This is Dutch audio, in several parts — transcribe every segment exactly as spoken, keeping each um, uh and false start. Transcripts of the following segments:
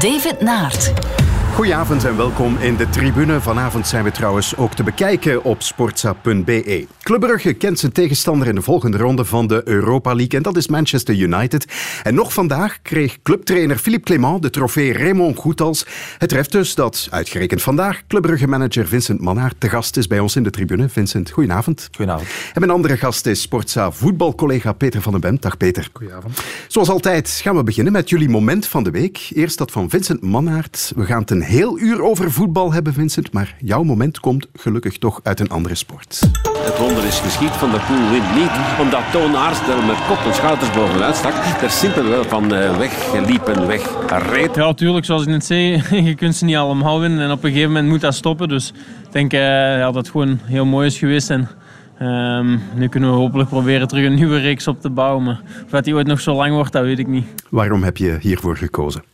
David Naert. Goedenavond en welkom in de tribune. Vanavond zijn we trouwens ook te bekijken op sportza punt b e. Club Brugge kent zijn tegenstander in de volgende ronde van de Europa League en dat is Manchester United. En nog vandaag kreeg clubtrainer Philippe Clement de trofee Raymond Goethals. Het treft dus dat uitgerekend vandaag Club Brugge-manager Vincent Mannaert te gast is bij ons in de tribune. Vincent, goedenavond. Goedenavond. En mijn andere gast is Sportza voetbalcollega Peter van den Bent. Dag Peter. Goedenavond. Zoals altijd gaan we beginnen met jullie moment van de week. Eerst dat van Vincent Mannaert. We gaan het een heel uur over voetbal hebben, Vincent, maar jouw moment komt gelukkig toch uit een andere sport. Het wonder is geschied. Van der Poel wint niet, omdat Toon Aarstel met kop en schouders bovenuit stak. Er simpel wel van uh, wegliepen, wegreed. Ja, natuurlijk, zoals ik net zei, je kunt ze niet allemaal winnen en op een gegeven moment moet dat stoppen. Dus ik denk uh, ja, dat het gewoon heel mooi is geweest. En um, nu kunnen we hopelijk proberen terug een nieuwe reeks op te bouwen. Maar of dat die ooit nog zo lang wordt, dat weet ik niet. Waarom heb je hiervoor gekozen?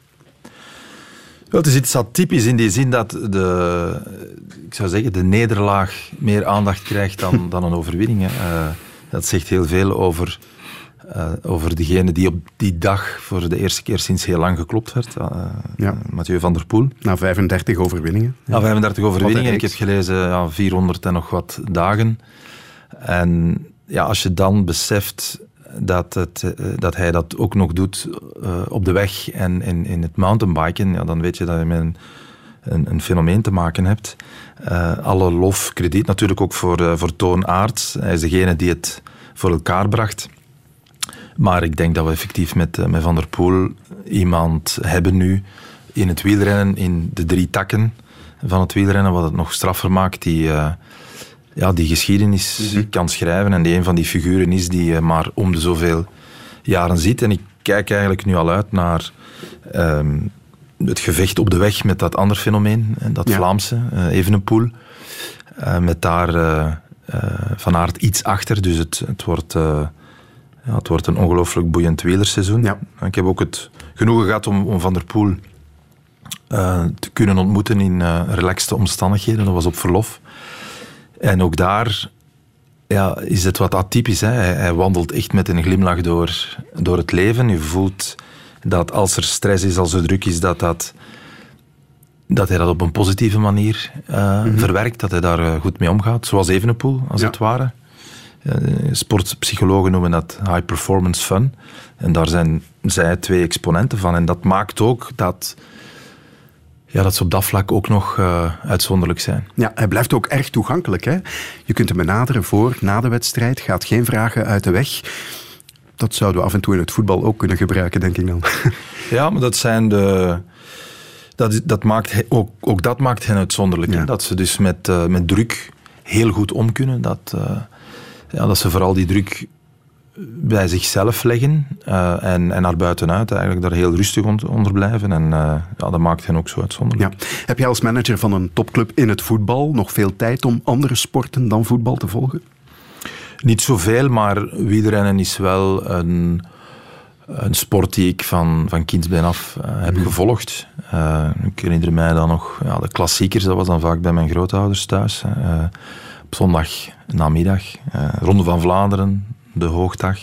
Wel, het is iets atypisch in die zin dat de, ik zou zeggen, de nederlaag meer aandacht krijgt dan, dan een overwinning. Hè. Uh, dat zegt heel veel over, uh, over degene die op die dag voor de eerste keer sinds heel lang geklopt werd. Uh, ja. Mathieu van der Poel. Na vijfendertig overwinningen. Ja. Na vijfendertig overwinningen. Ik heb gelezen ja, vierhonderd en nog wat dagen. En ja, als je dan beseft Dat, het, dat hij dat ook nog doet uh, op de weg en in, in het mountainbiken, ja, dan weet je dat je met een, een, een fenomeen te maken hebt. Uh, alle lof, krediet natuurlijk ook voor, uh, voor Toon Aerts. Hij is degene die het voor elkaar bracht. Maar ik denk dat we effectief met, uh, met Van der Poel iemand hebben nu in het wielrennen, in de drie takken van het wielrennen, wat het nog straffer maakt, die... Uh, Ja, die geschiedenis mm-hmm. kan schrijven en die een van die figuren is die je maar om de zoveel jaren ziet. En ik kijk eigenlijk nu al uit naar um, het gevecht op de weg met dat ander fenomeen, dat ja. Vlaamse, uh, Evenepoel. Uh, met daar uh, uh, Van Aert iets achter, dus het, het, wordt, uh, ja, het wordt een ongelooflijk boeiend wielerseizoen. Ja. Ik heb ook het genoegen gehad om, om Van der Poel uh, te kunnen ontmoeten in uh, relaxte omstandigheden. Dat was op verlof. En ook daar ja, is het wat atypisch. Hè. Hij, hij wandelt echt met een glimlach door, door het leven. Je voelt dat als er stress is, als er druk is, dat, dat, dat hij dat op een positieve manier uh, mm-hmm. verwerkt. Dat hij daar uh, goed mee omgaat. Zoals Evenepoel, als ja. het ware. Uh, sportpsychologen noemen dat high performance fun. En daar zijn zij twee exponenten van. En dat maakt ook dat... Ja, dat ze op dat vlak ook nog uh, uitzonderlijk zijn. Ja, hij blijft ook erg toegankelijk. Hè? Je kunt hem benaderen voor, na de wedstrijd, gaat geen vragen uit de weg. Dat zouden we af en toe in het voetbal ook kunnen gebruiken, denk ik dan. Ja, maar dat zijn de... Dat, dat maakt, ook, ook dat maakt hen uitzonderlijk. Ja. Dat ze dus met, uh, met druk heel goed om kunnen. Dat, uh, ja, dat ze vooral die druk bij zichzelf leggen uh, en, en naar buitenuit eigenlijk daar heel rustig onder blijven. En uh, ja, dat maakt hen ook zo uitzonderlijk. Ja. Heb jij als manager van een topclub in het voetbal nog veel tijd om andere sporten dan voetbal te volgen? Niet zoveel, maar wielrennen is wel een, een sport die ik van, van kindsbeen af uh, heb mm. gevolgd. Uh, ik herinner mij dan nog ja, de klassiekers, dat was dan vaak bij mijn grootouders thuis. Uh, op zondag namiddag, uh, Ronde van Vlaanderen, de hoogdag.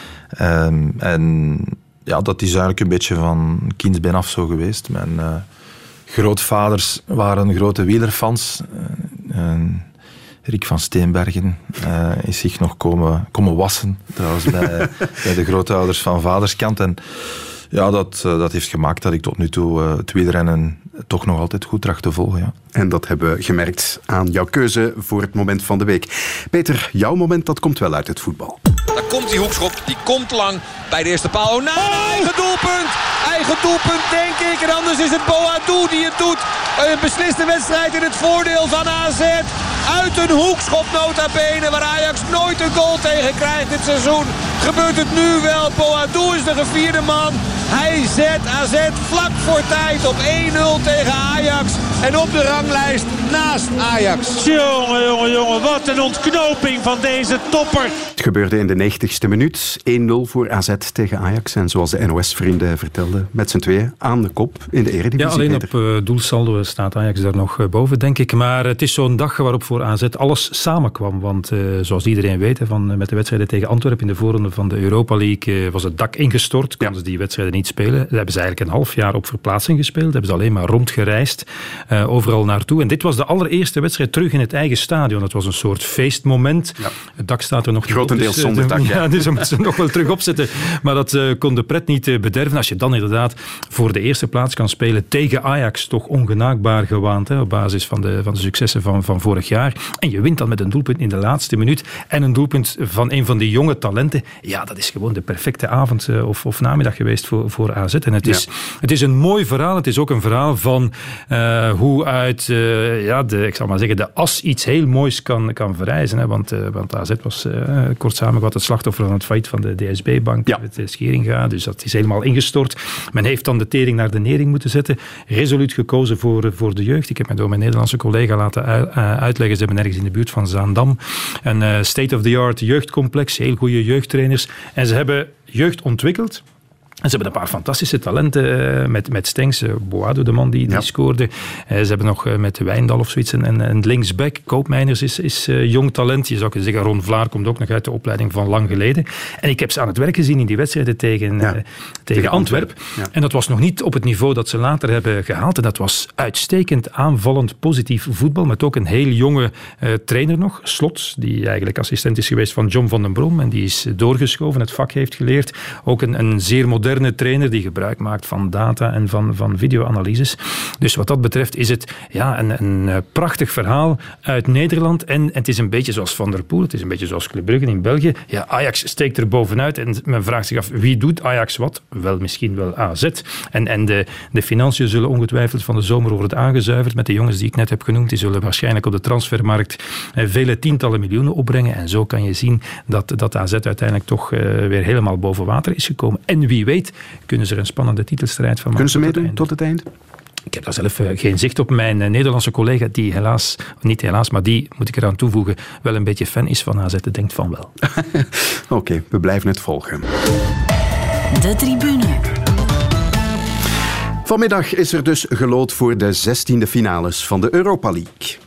Um, en ja, dat is eigenlijk een beetje van kindsbeen af zo geweest. Mijn uh, grootvaders waren grote wielerfans. Uh, uh, Rick van Steenbergen uh, is zich nog komen, komen wassen, trouwens, bij, bij de grootouders van vaderskant. En ja, dat, uh, dat heeft gemaakt dat ik tot nu toe uh, het wielrennen toch nog altijd goed tracht te volgen. Ja. En dat hebben we gemerkt aan jouw keuze voor het moment van de week. Peter, jouw moment, dat komt wel uit het voetbal. Daar komt die hoekschop, die komt lang bij de eerste paal. Oh, nee, oh! eigen doelpunt! Eigen doelpunt, denk ik. En anders is het Boadou die het doet. Een besliste wedstrijd in het voordeel van A Z. Uit een hoekschop nota bene, waar Ajax nooit een goal tegen krijgt dit seizoen. Gebeurt het nu wel. Boadou is de gevierde man. Hij zet A Z vlak voor tijd op één nul tegen Ajax. En op de ranglijst naast Ajax. Jongen, jongen, jongen, wat een ontknoping van deze topper. Het gebeurde in de negentigste minuut. één nul voor A Z tegen Ajax. En zoals de N O S-vrienden vertelden, met z'n tweeën aan de kop in de Eredivisie. Ja, alleen op uh, doelsaldo staat Ajax daar nog uh, boven, denk ik. Maar het is zo'n dag waarop voor A Z alles samenkwam. Want uh, zoals iedereen weet, hè, van, uh, met de wedstrijden tegen Antwerpen in de voorronde van de Europa League uh, was het dak ingestort. Konden ja. ze die wedstrijden niet spelen. Daar hebben ze eigenlijk een half jaar op verplaatsing gespeeld. Hebben ze alleen maar rondgereisd. Uh, overal naartoe. En dit was de allereerste wedstrijd terug in het eigen stadion. Het was een soort feestmoment. Ja. Het dak staat er nog grotendeels dus, zonder dak. Ja, dus ze moeten ze nog wel terug opzetten. Maar dat uh, kon de pret niet uh, bederven. Als je dan inderdaad voor de eerste plaats kan spelen tegen Ajax, toch ongenaakbaar gewaand, hè, op basis van de, van de successen van, van vorig jaar. En je wint dan met een doelpunt in de laatste minuut. En een doelpunt van een van die jonge talenten. Ja, dat is gewoon de perfecte avond uh, of, of namiddag geweest voor, voor A Z. En het is, ja. het is een mooi verhaal. Het is ook een verhaal van uh, hoe uit uh, ja, de, ik zal maar zeggen, de as iets heel moois kan, kan verrijzen. Hè. Want, uh, want A Z was uh, kort samengevat het slachtoffer van het failliet van de D S B-bank ja. met de Scheringa. Dus dat is helemaal ingestort. Men heeft dan de tering naar de nering moeten zetten. Resoluut gekozen voor, voor de jeugd. Ik heb mij door mijn Nederlandse collega laten uitleggen. Ze hebben ergens in de buurt van Zaandam een uh, state-of-the-art jeugdcomplex. Heel goede jeugdtrainers. En ze hebben jeugd ontwikkeld. En ze hebben een paar fantastische talenten met, met Stengs, Boado, de man die, die ja. scoorde. Ze hebben nog met Wijndal of zoiets een, een linksback. Koopmeiners is, is uh, jong talent. Je zou kunnen zeggen, Ron Vlaar komt ook nog uit de opleiding van lang geleden. En ik heb ze aan het werk gezien in die wedstrijden tegen, ja. uh, tegen, tegen Antwerpen. Antwerp. Ja. En dat was nog niet op het niveau dat ze later hebben gehaald. En dat was uitstekend aanvallend positief voetbal. Met ook een heel jonge uh, trainer nog, Slots, die eigenlijk assistent is geweest van John van den Brom. En die is doorgeschoven, het vak heeft geleerd. Ook een, een zeer moderne moderne trainer die gebruik maakt van data en van, van videoanalyses. Dus wat dat betreft is het ja, een, een prachtig verhaal uit Nederland. En, en het is een beetje zoals Van der Poel, het is een beetje zoals Club Brugge in België. Ja, Ajax steekt er bovenuit en men vraagt zich af, wie doet Ajax wat? Wel, misschien wel A Z. En, en de, de financiën zullen ongetwijfeld van de zomer worden aangezuiverd met de jongens die ik net heb genoemd. Die zullen waarschijnlijk op de transfermarkt vele tientallen miljoenen opbrengen. En zo kan je zien dat, dat A Z uiteindelijk toch uh, weer helemaal boven water is gekomen. En wie weet kunnen ze er een spannende titelstrijd van maken. Kunnen ze meedoen tot het eind? Ik heb daar zelf uh, geen zicht op. Mijn uh, Nederlandse collega, die helaas, niet helaas, maar die, moet ik eraan toevoegen, wel een beetje fan is van A Z, denkt van wel. Oké, okay, we blijven het volgen. De tribune. Vanmiddag is er dus geloot voor de zestiende finales van de Europa League.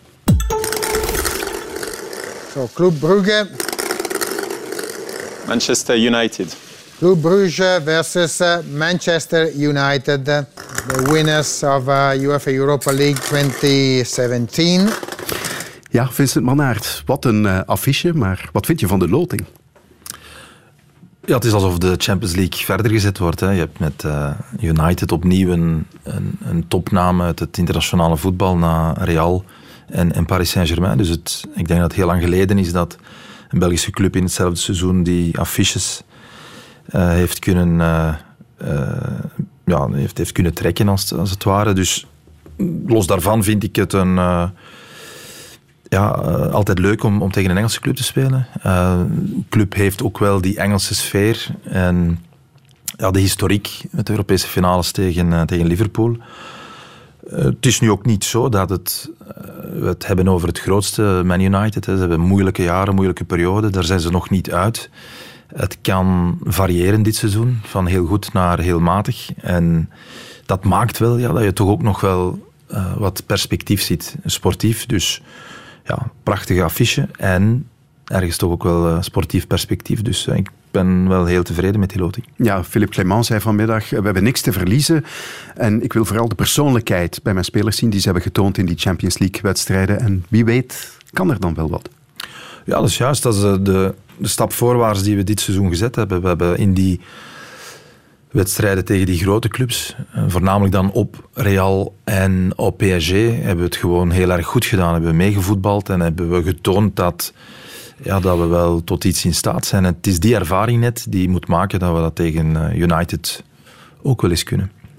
Zo, Club Brugge. Manchester United. Club Brugge versus uh, Manchester United, uh, the winners of uh, UEFA Europa League twinty seventeen. Ja, Vincent Mannaert, wat een uh, affiche, maar wat vind je van de loting? Ja, het is alsof de Champions League verder gezet wordt. Hè. Je hebt met uh, United opnieuw een, een, een topnaam uit het internationale voetbal na Real en, en Paris Saint-Germain. Dus het, ik denk dat het heel lang geleden is dat een Belgische club in hetzelfde seizoen die affiches Uh, heeft kunnen uh, uh, ja, heeft, heeft kunnen trekken als, als het ware. Dus los daarvan vind ik het een uh, ja, uh, altijd leuk om, om tegen een Engelse club te spelen. Uh, de club heeft ook wel die Engelse sfeer en ja, de historiek met de Europese finales tegen, uh, tegen Liverpool. Uh, het is nu ook niet zo dat het, uh, we het hebben over het grootste Man United. Hè. Ze hebben moeilijke jaren, moeilijke perioden. Daar zijn ze nog niet uit. Het kan variëren dit seizoen, van heel goed naar heel matig. En dat maakt wel ja, dat je toch ook nog wel uh, wat perspectief ziet, sportief. Dus ja, prachtige affiche en ergens toch ook wel uh, sportief perspectief. Dus uh, ik ben wel heel tevreden met die loting. Ja, Philippe Clement zei vanmiddag, we hebben niks te verliezen. En ik wil vooral de persoonlijkheid bij mijn spelers zien die ze hebben getoond in die Champions League-wedstrijden. En wie weet kan er dan wel wat. Ja, dat is juist. Dat is de, de, de stap voorwaarts die we dit seizoen gezet hebben. We hebben in die wedstrijden tegen die grote clubs, voornamelijk dan op Real en op P S G, hebben we het gewoon heel erg goed gedaan. Hebben we meegevoetbald en hebben we getoond dat, ja, dat we wel tot iets in staat zijn. En het is die ervaring net die moet maken dat we dat tegen United ook wel eens kunnen.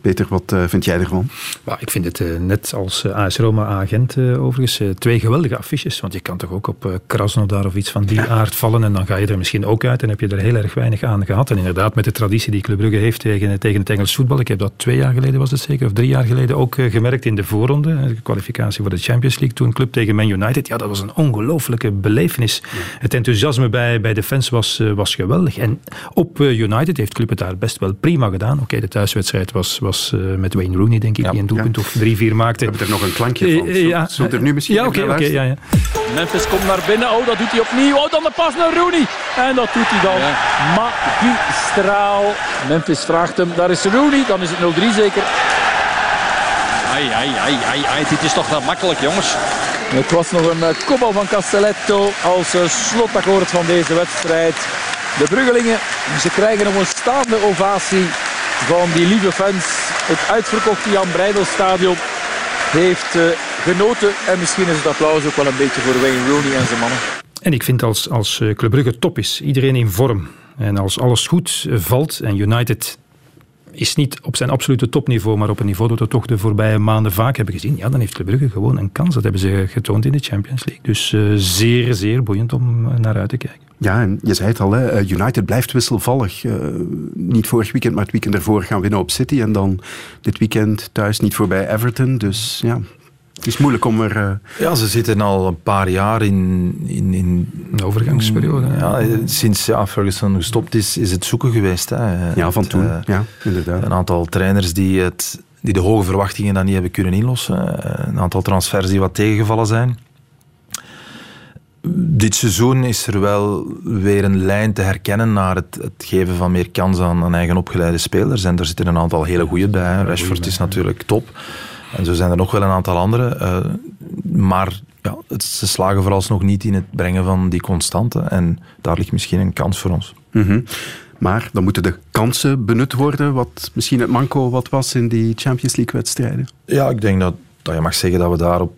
Peter, wat uh, vind jij ervan? Ja, ik vind het uh, net als uh, A S Roma-agent uh, overigens uh, twee geweldige affiches. Want je kan toch ook op uh, Krasnodar of iets van die ja. aard vallen en dan ga je er misschien ook uit en heb je er heel erg weinig aan gehad. En inderdaad met de traditie die Club Brugge heeft tegen, tegen het Engels voetbal. Ik heb dat twee jaar geleden, was het zeker, of drie jaar geleden ook uh, gemerkt in de voorronde. De kwalificatie voor de Champions League toen, Club tegen Man United. Ja, dat was een ongelooflijke belevenis. Ja. Het enthousiasme bij, bij de fans was, uh, was geweldig. En op uh, United heeft Club het daar best wel prima gedaan. Oké, okay, de thuiswedstrijd was, was uh, met Wayne Rooney, denk ik, ja, die een doelpunt ja. of drie, vier maakte. We hebben er nog een klankje van. Uh, ja. Zult er nu misschien ja, oké, okay, okay, ja, ja. Memphis komt naar binnen. Oh, dat doet hij opnieuw. Oh, dan de pas naar Rooney. En dat doet hij dan. Ja. Magistraal. Memphis vraagt hem. Daar is Rooney. Dan is het nul drie zeker. Ai, ai, ai, ai, ai. Dit is toch wel makkelijk, jongens. Het was nog een uh, kopbal van Castelletto als uh, slotakkoord van deze wedstrijd. De Bruggelingen, ze krijgen nog een staande ovatie van die lieve fans. Het uitverkochte Jan Breidel-stadion heeft uh, genoten. En misschien is het applaus ook wel een beetje voor Wayne Rooney en zijn mannen. En ik vind als, als Club Brugge top is, iedereen in vorm. En als alles goed valt en United is niet op zijn absolute topniveau, maar op een niveau dat we toch de voorbije maanden vaak hebben gezien, ja, dan heeft Club Brugge gewoon een kans. Dat hebben ze getoond in de Champions League. Dus uh, zeer, zeer boeiend om naar uit te kijken. Ja, en je zei het al, hè, United blijft wisselvallig. Uh, niet vorig weekend, maar het weekend ervoor gaan winnen op City. En dan dit weekend thuis niet voorbij Everton. Dus ja, het is moeilijk om er... Uh... Ja, ze zitten al een paar jaar in... in, in een overgangsperiode. Ja, sinds ja, Ferguson gestopt is, is het zoeken geweest. Hè. Ja, van het, toen. Uh, ja, inderdaad. Een aantal trainers die, het, die de hoge verwachtingen dan niet hebben kunnen inlossen. Een aantal transfers die wat tegengevallen zijn. Dit seizoen is er wel weer een lijn te herkennen naar het, het geven van meer kans aan, aan eigen opgeleide spelers. En er zitten een aantal hele goeie bij. Hè. Rashford is natuurlijk top. En zo zijn er nog wel een aantal andere. Uh, maar ja, het, ze slagen vooralsnog niet in het brengen van die constante. En daar ligt misschien een kans voor ons. Mm-hmm. Maar dan moeten de kansen benut worden, wat misschien het manco wat was in die Champions League-wedstrijden. Ja, ik denk dat, dat je mag zeggen dat we daarop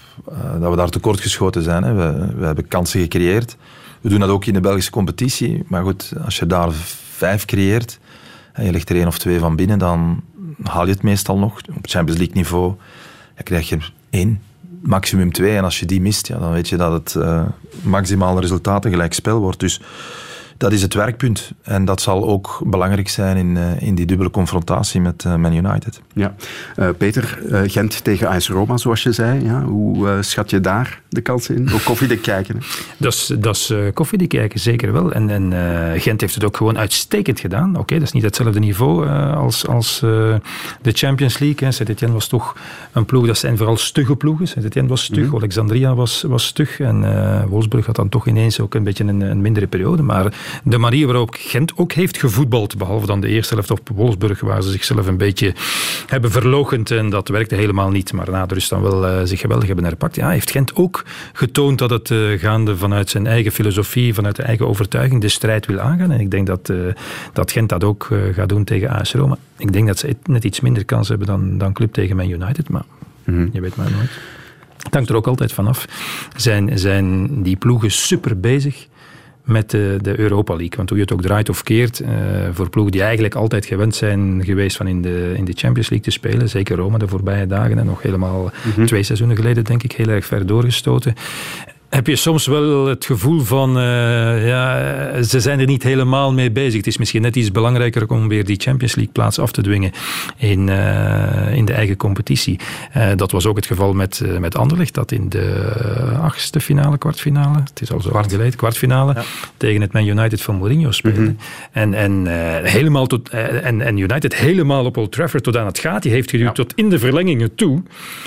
Uh, dat we daar tekortgeschoten zijn. Hè. We, we hebben kansen gecreëerd. We doen dat ook in de Belgische competitie. Maar goed, als je daar vijf creëert en je legt er één of twee van binnen, dan haal je het meestal nog. Op Champions League niveau ja, krijg je één, maximum twee. En als je die mist, ja, dan weet je dat het uh, maximale resultaten gelijk spel wordt. Dus dat is het werkpunt. En dat zal ook belangrijk zijn in, uh, in die dubbele confrontatie met uh, Man United. Ja. Uh, Peter, uh, Gent tegen A S Roma, zoals je zei. Ja, hoe uh, schat je daar de kansen in? Ook koffiedik kijken. Hè? Dat is, dat is uh, koffiedik kijken, zeker wel. En, en uh, Gent heeft het ook gewoon uitstekend gedaan. Oké, okay, dat is niet hetzelfde niveau uh, als, als uh, de Champions League. Saint-Étienne was toch een ploeg, dat zijn vooral stugge ploegen. Saint-Étienne was stug, mm-hmm. Alexandria was, was stug. En uh, Wolfsburg had dan toch ineens ook een beetje een, een mindere periode. Maar de manier waarop Gent ook heeft gevoetbald, behalve dan de eerste helft op Wolfsburg, waar ze zichzelf een beetje hebben verloochend en dat werkte helemaal niet, maar na de rust dan wel uh, zich geweldig hebben herpakt. Ja, heeft Gent ook getoond dat het uh, gaande vanuit zijn eigen filosofie, vanuit de eigen overtuiging, de strijd wil aangaan. En ik denk dat, uh, dat Gent dat ook uh, gaat doen tegen A S Roma. Ik denk dat ze net iets minder kans hebben dan, dan Club tegen Man United, maar mm-hmm. je weet maar nooit. Het hangt er ook altijd vanaf. Zijn, zijn die ploegen super bezig met de, de Europa League. Want hoe je het ook draait of keert, uh, voor ploegen die eigenlijk altijd gewend zijn geweest van in de, in de Champions League te spelen, zeker Roma de voorbije dagen en nog helemaal mm-hmm. twee seizoenen geleden, denk ik, heel erg ver doorgestoten, heb je soms wel het gevoel van uh, ja, ze zijn er niet helemaal mee bezig. Het is misschien net iets belangrijker om weer die Champions League plaats af te dwingen in, uh, in de eigen competitie. Uh, dat was ook het geval met, uh, met Anderlecht, dat in de achtste finale, kwartfinale, het is al zo lang geleden, kwartfinale, ja. tegen het Man United van Mourinho speelde. Mm-hmm. En, en, uh, helemaal tot, uh, en, en United helemaal op Old Trafford tot aan het gaatje heeft geduwd, ja. tot in de verlengingen toe.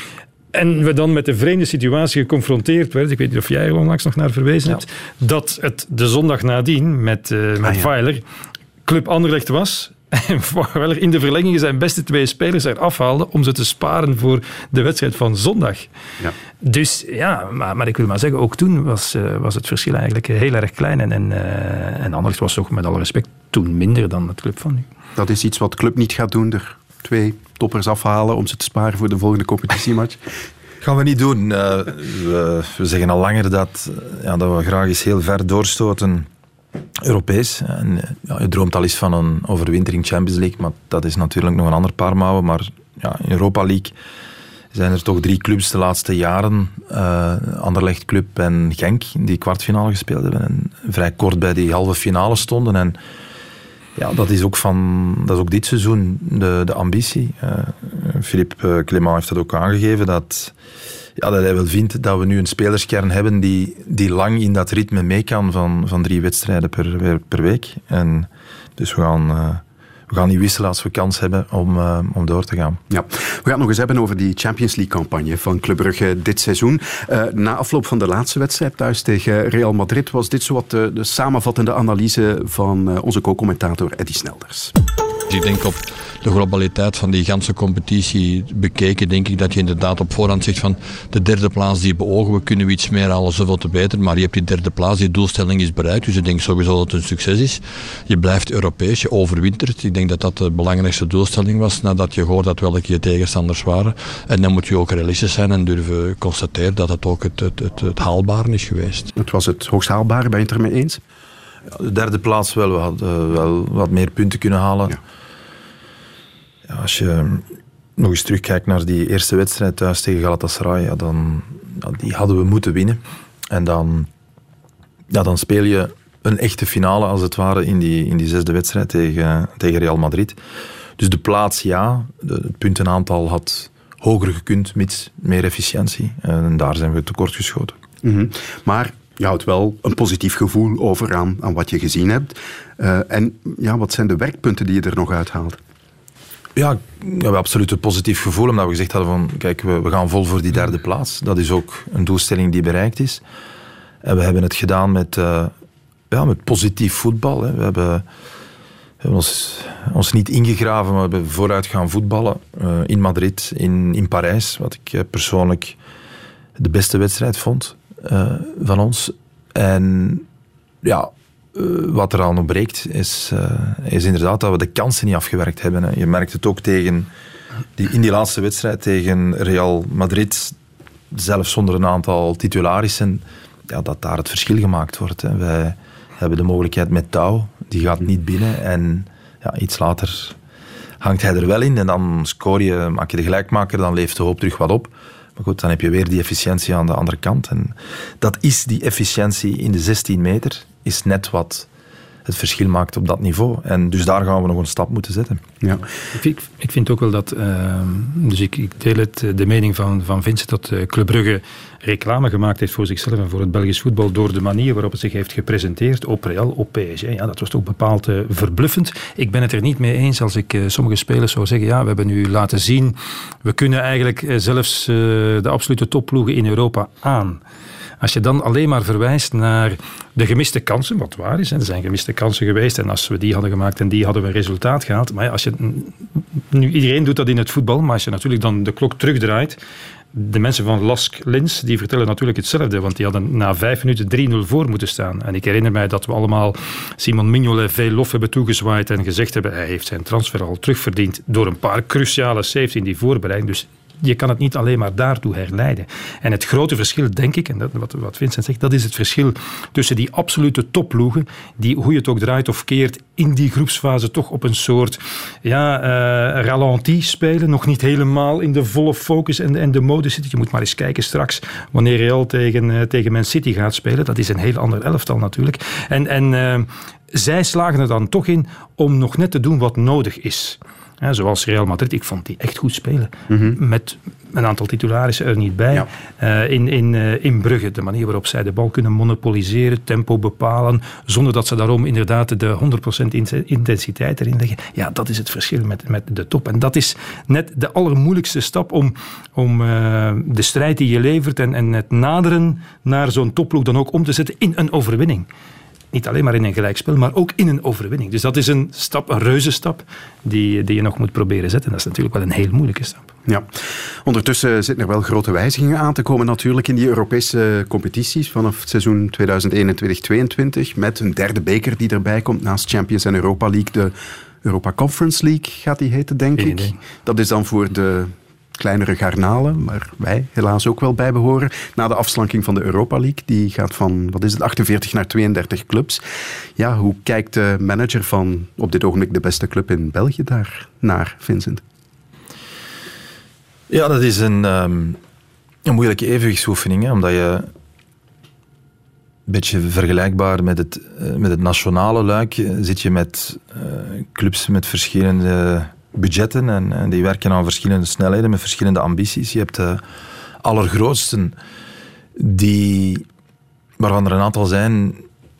En we dan met de vreemde situatie geconfronteerd werden, ik weet niet of jij er onlangs nog naar verwezen ja. hebt, dat het de zondag nadien met, uh, met ah, ja. Weiler Club Anderlecht was en Weiler in de verlengingen zijn beste twee spelers eraf haalde om ze te sparen voor de wedstrijd van zondag. Ja. Dus ja, maar, maar ik wil maar zeggen, ook toen was, uh, was het verschil eigenlijk heel erg klein en, en, uh, en Anderlecht was toch met alle respect toen minder dan het club van nu. Dat is iets wat Club niet gaat doen, er twee toppers afhalen om ze te sparen voor de volgende competitiematch? Gaan we niet doen. Uh, we, we zeggen al langer dat, ja, dat we graag eens heel ver doorstoten Europees. En, ja, je droomt al eens van een overwintering Champions League, maar dat is natuurlijk nog een ander paar mouwen. Maar ja, in Europa League zijn er toch drie clubs de laatste jaren. Uh, Anderlecht Club en Genk, die kwartfinale gespeeld hebben. En vrij kort bij die halve finale stonden. En ja, dat is ook, van, dat is ook dit seizoen de, de ambitie. Uh, Philippe Clément heeft dat ook aangegeven, dat, ja, dat hij wel vindt dat we nu een spelerskern hebben die, die lang in dat ritme mee kan van, van drie wedstrijden per, per week. En dus we gaan... Uh, We gaan niet wisselen als we kans hebben om, uh, om door te gaan. Ja. We gaan het nog eens hebben over die Champions League-campagne van Club Brugge dit seizoen. Uh, na afloop van de laatste wedstrijd thuis tegen Real Madrid was dit zowat de, de samenvattende analyse van uh, onze co-commentator Eddy Snelders. Ik denk op de globaliteit van die ganse competitie bekeken, denk ik dat je inderdaad op voorhand zegt van de derde plaats die beogen we, kunnen we iets meer halen, zoveel te beter. Maar je hebt die derde plaats, die doelstelling is bereikt. Dus ik denk sowieso dat het een succes is. Je blijft Europees, je overwintert. Ik denk dat dat de belangrijkste doelstelling was, nadat je hoort dat welke je tegenstanders waren. En dan moet je ook realistisch zijn en durven constateren dat het ook het, het, het, het haalbare is geweest. Het was het hoogst haalbare, ben je het ermee eens? Ja, de derde plaats wel, we hadden uh, wel wat meer punten kunnen halen. Ja. Ja, als je nog eens terugkijkt naar die eerste wedstrijd thuis tegen Galatasaray, ja, dan ja, die hadden we moeten winnen. En dan, ja, dan speel je een echte finale, als het ware, in die, in die zesde wedstrijd tegen, tegen Real Madrid. Dus de plaats, ja. De, het puntenaantal had hoger gekund, mits meer efficiëntie. En daar zijn we tekort geschoten. Mm-hmm. Maar je houdt wel een positief gevoel over aan, aan wat je gezien hebt. Uh, en ja, wat zijn de werkpunten die je er nog uithaalt? Ja, we hebben absoluut een positief gevoel, omdat we gezegd hadden van, kijk, we, we gaan vol voor die derde plaats. Dat is ook een doelstelling die bereikt is. En we hebben het gedaan met, uh, ja, met positief voetbal. Hè. We hebben, we hebben ons, ons niet ingegraven, maar we hebben vooruit gaan voetballen. Uh, in Madrid, in, in Parijs, wat ik uh, persoonlijk de beste wedstrijd vond uh, van ons. En ja... Uh, wat er aan ontbreekt, is, uh, is inderdaad dat we de kansen niet afgewerkt hebben. Hè. Je merkt het ook tegen die, in die laatste wedstrijd tegen Real Madrid, zelfs zonder een aantal titularissen, ja, dat daar het verschil gemaakt wordt. Hè. Wij hebben de mogelijkheid met Touw, die gaat niet binnen en ja, iets later hangt hij er wel in en dan scoor je, maak je de gelijkmaker, dan leeft de hoop terug wat op. Maar goed, dan heb je weer die efficiëntie aan de andere kant. En dat is die efficiëntie in de zestien meter, is net wat het verschil maakt op dat niveau. En dus daar gaan we nog een stap moeten zetten. Ja. Ik, vind, ik vind ook wel dat... Uh, dus ik, ik deel het, de mening van, van Vincent dat uh, Club Brugge reclame gemaakt heeft voor zichzelf en voor het Belgisch voetbal door de manier waarop het zich heeft gepresenteerd op Real, op P S G. Ja, dat was toch bepaald uh, verbluffend. Ik ben het er niet mee eens als ik uh, sommige spelers zou zeggen, ja, we hebben nu laten zien, we kunnen eigenlijk uh, zelfs uh, de absolute topploegen in Europa aan. Als je dan alleen maar verwijst naar de gemiste kansen, wat waar is, hè, er zijn gemiste kansen geweest en als we die hadden gemaakt en die hadden we een resultaat gehaald. Maar ja, als je, nu, iedereen doet dat in het voetbal, maar als je natuurlijk dan de klok terugdraait, de mensen van Lask Linz, die vertellen natuurlijk hetzelfde, want die hadden na vijf minuten drie nul voor moeten staan. En ik herinner mij dat we allemaal Simon Mignolet veel lof hebben toegezwaaid en gezegd hebben, hij heeft zijn transfer al terugverdiend door een paar cruciale saves in die voorbereiding. Dus je kan het niet alleen maar daartoe herleiden. En het grote verschil, denk ik, en dat, wat, wat Vincent zegt, dat is het verschil tussen die absolute topploegen, die, hoe je het ook draait of keert, in die groepsfase toch op een soort ja, uh, ralenti spelen, nog niet helemaal in de volle focus en de, en de mode zitten. Je moet maar eens kijken straks, wanneer Real tegen, uh, tegen Man City gaat spelen. Dat is een heel ander elftal natuurlijk. En, en uh, zij slagen er dan toch in om nog net te doen wat nodig is. Ja, zoals Real Madrid, ik vond die echt goed spelen. Mm-hmm. Met een aantal titularissen er niet bij. Ja. Uh, in, in, uh, in Brugge, de manier waarop zij de bal kunnen monopoliseren, tempo bepalen, zonder dat ze daarom inderdaad de honderd procent intensiteit erin leggen. Ja, dat is het verschil met, met de top. En dat is net de allermoeilijkste stap om, om uh, de strijd die je levert en, en het naderen naar zo'n topploeg dan ook om te zetten in een overwinning. Niet alleen maar in een gelijkspel, maar ook in een overwinning. Dus dat is een stap, een reuzenstap, die, die je nog moet proberen zetten. Dat is natuurlijk wel een heel moeilijke stap. Ja. Ondertussen zitten er wel grote wijzigingen aan te komen natuurlijk in die Europese competities vanaf het seizoen tweeduizend eenentwintig tweeëntwintig. Met een derde beker die erbij komt naast Champions en Europa League. De Europa Conference League gaat die heten, denk ik. Dat is dan voor de kleinere garnalen, waar wij helaas ook wel bij behoren. Na de afslanking van de Europa League, die gaat van, wat is het, achtenveertig naar tweeëndertig clubs. Ja, hoe kijkt de manager van op dit ogenblik de beste club in België daar naar, Vincent? Ja, dat is een, um, een moeilijke evenwichtsoefening, hè, omdat je een beetje vergelijkbaar met het, uh, met het nationale luik uh, zit je met uh, clubs met verschillende budgetten en, en die werken aan verschillende snelheden met verschillende ambities. Je hebt de allergrootsten die, waarvan er een aantal zijn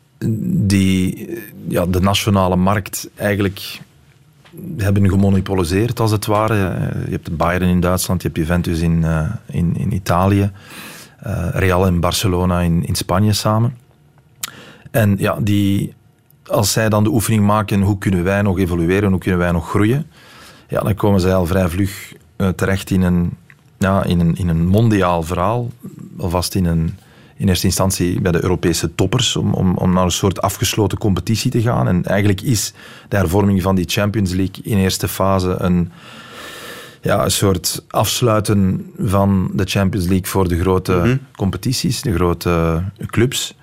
die ja, de nationale markt eigenlijk hebben gemonopoliseerd, als het ware. Je hebt Bayern in Duitsland, je hebt Juventus in, uh, in, in Italië, uh, Real en Barcelona in, in Spanje samen. En ja, die, als zij dan de oefening maken, hoe kunnen wij nog evolueren, hoe kunnen wij nog groeien, ja, dan komen zij al vrij vlug uh, terecht in een, ja, in, een, in een mondiaal verhaal, alvast in een in eerste instantie bij de Europese toppers, om, om, om naar een soort afgesloten competitie te gaan. En eigenlijk is de hervorming van die Champions League in eerste fase een, ja, een soort afsluiten van de Champions League voor de grote mm-hmm. competities, de grote clubs.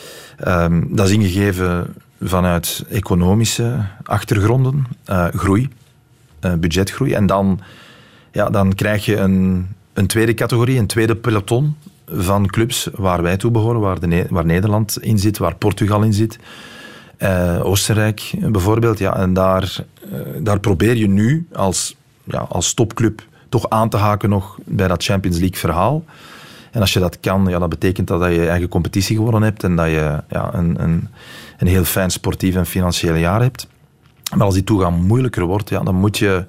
Um, dat is ingegeven vanuit economische achtergronden, uh, groei, uh, budgetgroei. En dan, ja, dan krijg je een, een tweede categorie, een tweede peloton van clubs waar wij toe behoren, waar, de, waar Nederland in zit, waar Portugal in zit, uh, Oostenrijk bijvoorbeeld. Ja, en daar, uh, daar probeer je nu als, ja, als topclub toch aan te haken nog bij dat Champions League verhaal. En als je dat kan, ja, dat betekent dat, dat je eigen competitie gewonnen hebt en dat je ja, een, een, een heel fijn sportief en financieel jaar hebt. Maar als die toegang moeilijker wordt, ja, dan moet je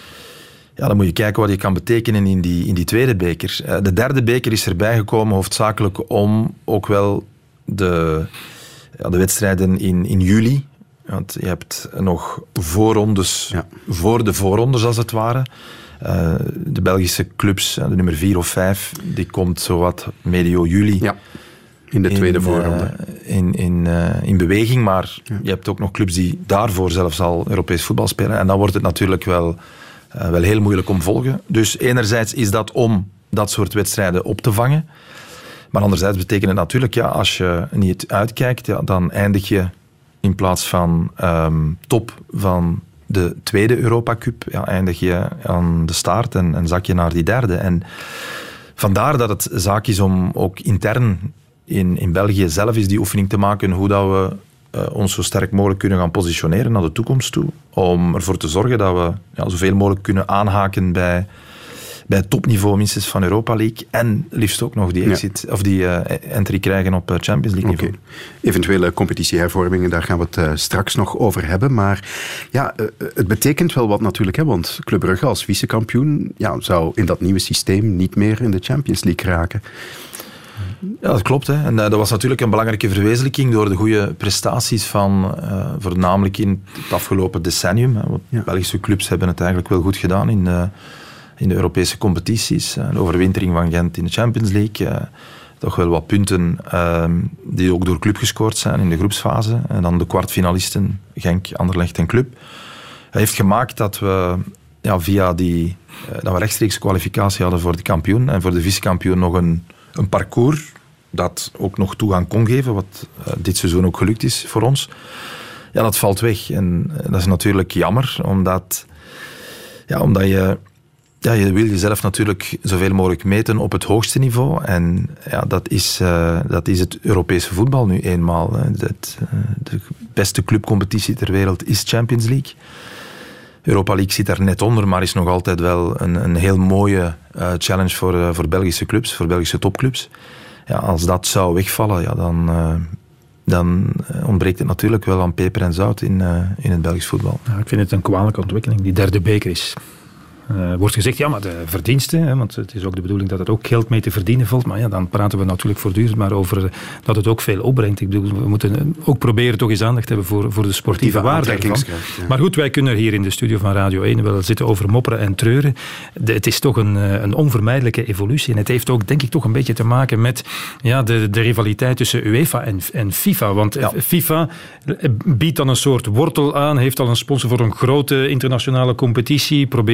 Ja, dan moet je kijken wat je kan betekenen in die, in die tweede beker. De derde beker is erbij gekomen hoofdzakelijk om ook wel de, ja, de wedstrijden in, in juli. Want je hebt nog voorrondes ja. voor de voorrondes, als het ware. Uh, de Belgische clubs, de nummer vier of vijf, die komt zowat medio juli. Ja. In de tweede in, voorronde. Uh, in, in, uh, in beweging, maar ja. je hebt ook nog clubs die daarvoor zelfs al Europees voetbal spelen. En dan wordt het natuurlijk wel... Uh, wel heel moeilijk om volgen. Dus enerzijds is dat om dat soort wedstrijden op te vangen. Maar anderzijds betekent het natuurlijk, ja, als je niet uitkijkt, ja, dan eindig je in plaats van um, top van de tweede Europa Cup, ja, eindig je aan de staart en, en zak je naar die derde. En vandaar dat het zaak is om ook intern in, in België zelf eens die oefening te maken, hoe dat we Uh, ons zo sterk mogelijk kunnen gaan positioneren naar de toekomst toe. Om ervoor te zorgen dat we ja, zoveel mogelijk kunnen aanhaken bij, bij het topniveau minstens van Europa League. En liefst ook nog die, exit, ja. of die uh, entry krijgen op Champions League niveau. Okay. Eventuele competitiehervormingen, daar gaan we het uh, straks nog over hebben. Maar ja, uh, het betekent wel wat natuurlijk. Hè, want Club Brugge als vicekampioen ja, zou in dat nieuwe systeem niet meer in de Champions League raken. Ja, dat klopt. Hè. En uh, dat was natuurlijk een belangrijke verwezenlijking door de goede prestaties van, uh, voornamelijk in het afgelopen decennium. Hè. Ja. Belgische clubs hebben het eigenlijk wel goed gedaan in de, in de Europese competities. Uh, de overwintering van Gent in de Champions League. Uh, toch wel wat punten uh, die ook door club gescoord zijn in de groepsfase. En dan de kwartfinalisten, Genk, Anderlecht en Club. Dat heeft gemaakt dat we ja, via die uh, dat we rechtstreeks kwalificatie hadden voor de kampioen en voor de vicekampioen nog een Een parcours dat ook nog toegang kon geven, wat uh, dit seizoen ook gelukt is voor ons. Ja, dat valt weg. En uh, dat is natuurlijk jammer, omdat, ja, omdat je, ja, je wil jezelf natuurlijk zoveel mogelijk meten op het hoogste niveau. En ja, dat is, uh, dat is het Europese voetbal nu eenmaal. Hè. Het, uh, de beste clubcompetitie ter wereld is Champions League. Europa League zit daar net onder, maar is nog altijd wel een, een heel mooie uh, challenge voor, uh, voor Belgische clubs, voor Belgische topclubs. Ja, als dat zou wegvallen, ja, dan, uh, dan ontbreekt het natuurlijk wel aan peper en zout in, uh, in het Belgisch voetbal. Ja, ik vind het een kwalijke ontwikkeling. Die derde beker is... Uh, wordt gezegd, ja, maar de verdiensten, hè, want het is ook de bedoeling dat het ook geld mee te verdienen valt, maar ja, dan praten we natuurlijk voortdurend maar over uh, dat het ook veel opbrengt. Ik bedoel, we moeten ook proberen toch eens aandacht te hebben voor, voor de sportieve waarde ervan. Ja. Maar goed, wij kunnen hier in de studio van Radio één wel zitten over mopperen en treuren. De, het is toch een, een onvermijdelijke evolutie en het heeft ook, denk ik, toch een beetje te maken met ja, de, de rivaliteit tussen UEFA en, en FIFA, want ja. FIFA biedt dan een soort wortel aan, heeft al een sponsor voor een grote internationale competitie, probeert dan zo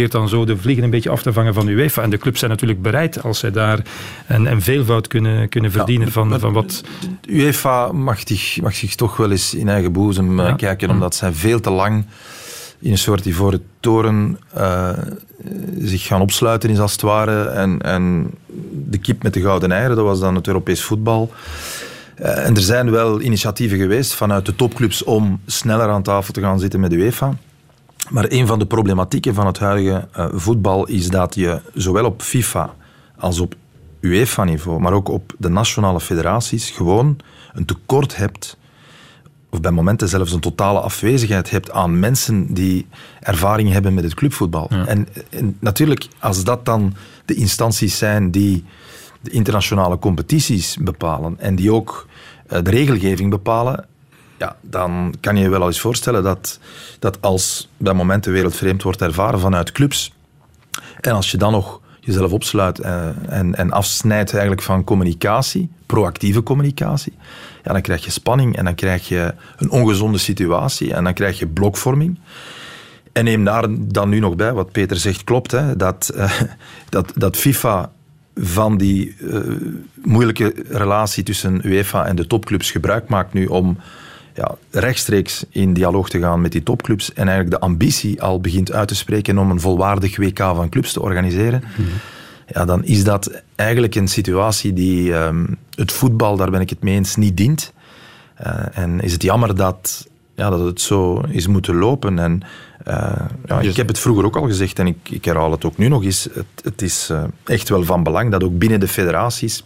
zo de vliegen een beetje af te vangen van UEFA. En de clubs zijn natuurlijk bereid als zij daar een, een veelvoud kunnen, kunnen verdienen ja, van, van wat... UEFA mag zich, mag zich toch wel eens in eigen boezem ja. kijken, omdat zij veel te lang in een soort ivoren toren uh, zich gaan opsluiten is als het ware. En, en de kip met de gouden eieren, dat was dan het Europees voetbal. Uh, en er zijn wel initiatieven geweest vanuit de topclubs om sneller aan tafel te gaan zitten met de UEFA. Maar een van de problematieken van het huidige uh, voetbal is dat je zowel op FIFA als op UEFA-niveau, maar ook op de nationale federaties gewoon een tekort hebt, of bij momenten zelfs een totale afwezigheid hebt aan mensen die ervaring hebben met het clubvoetbal. Ja. En, en natuurlijk, als dat dan de instanties zijn die de internationale competities bepalen en die ook uh, de regelgeving bepalen, ja, dan kan je je wel eens voorstellen dat, dat als bij momenten wereldvreemd wordt ervaren vanuit clubs, en als je dan nog jezelf opsluit uh, en, en afsnijdt eigenlijk van communicatie, proactieve communicatie, ja, dan krijg je spanning en dan krijg je een ongezonde situatie en dan krijg je blokvorming. En neem daar dan nu nog bij, wat Peter zegt klopt, hè, dat, uh, dat, dat FIFA van die uh, moeilijke relatie tussen UEFA en de topclubs gebruik maakt nu om ja, rechtstreeks in dialoog te gaan met die topclubs en eigenlijk de ambitie al begint uit te spreken om een volwaardig W K van clubs te organiseren, mm-hmm. ja, dan is dat eigenlijk een situatie die um, het voetbal, daar ben ik het mee eens, niet dient. Uh, en is het jammer dat, ja, dat het zo is moeten lopen. En, uh, ja, ik heb het vroeger ook al gezegd en ik, ik herhaal het ook nu nog eens. Het, het is uh, echt wel van belang dat ook binnen de federaties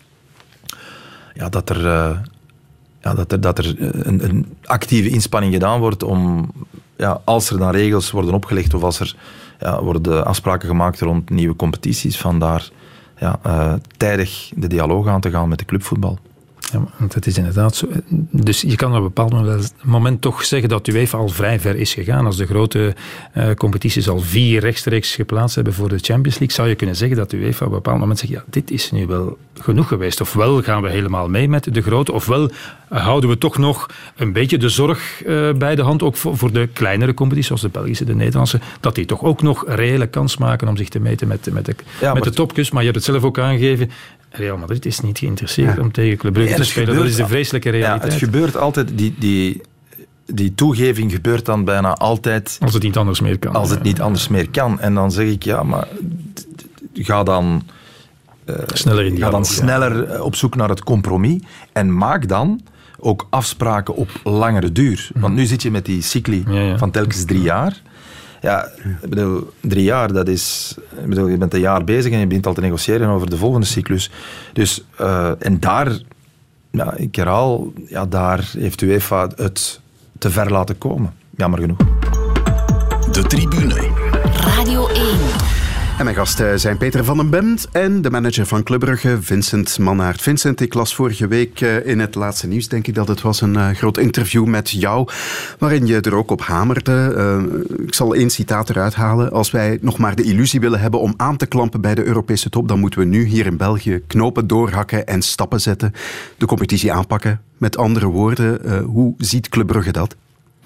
ja, dat er... Uh, Ja, dat er, dat er een, een actieve inspanning gedaan wordt om, ja, als er dan regels worden opgelegd of als er ja, worden afspraken gemaakt rond nieuwe competities, vandaar ja, uh, tijdig de dialoog aan te gaan met de clubvoetbal. Ja, want het is inderdaad zo. Dus je kan op een bepaald moment toch zeggen dat UEFA al vrij ver is gegaan. Als de grote uh, competities al vier rechtstreeks geplaatst hebben voor de Champions League, zou je kunnen zeggen dat UEFA op een bepaald moment zegt, ja, dit is nu wel genoeg geweest. Ofwel gaan we helemaal mee met de grote, ofwel houden we toch nog een beetje de zorg uh, bij de hand, ook voor, voor de kleinere competities, zoals de Belgische, de Nederlandse, dat die toch ook nog reële kans maken om zich te meten met, met de, ja, met de topclubs. Maar je hebt het zelf ook aangegeven, Real Madrid is niet geïnteresseerd ja. om tegen Club Brugge te spelen. Gebeurt, dat is de vreselijke realiteit. Ja, het gebeurt altijd, die, die, die toegeving gebeurt dan bijna altijd... Als het niet anders meer kan. Als het niet anders meer kan. En dan zeg ik, ja, maar ga dan... Uh, sneller in ga dan sneller ja. op zoek naar het compromis en maak dan ook afspraken op langere duur. Want nu zit je met die cycli ja, ja. van telkens drie jaar. Ja, ik bedoel, drie jaar, dat is... Ik bedoel, je bent een jaar bezig en je begint al te negociëren over de volgende cyclus. Dus, uh, en daar, ja, ik herhaal, ja, daar heeft UEFA het te ver laten komen. Jammer genoeg. De Tribune. Radio één. En mijn gasten zijn Peter van den Bent en de manager van Club Brugge, Vincent Mannaert. Vincent, ik las vorige week in het laatste nieuws, denk ik dat het was, een uh, groot interview met jou, waarin je er ook op hamerde. Uh, ik zal één citaat eruit halen. Als wij nog maar de illusie willen hebben om aan te klampen bij de Europese top, dan moeten we nu hier in België knopen doorhakken en stappen zetten. De competitie aanpakken. Met andere woorden, uh, hoe ziet Club Brugge dat?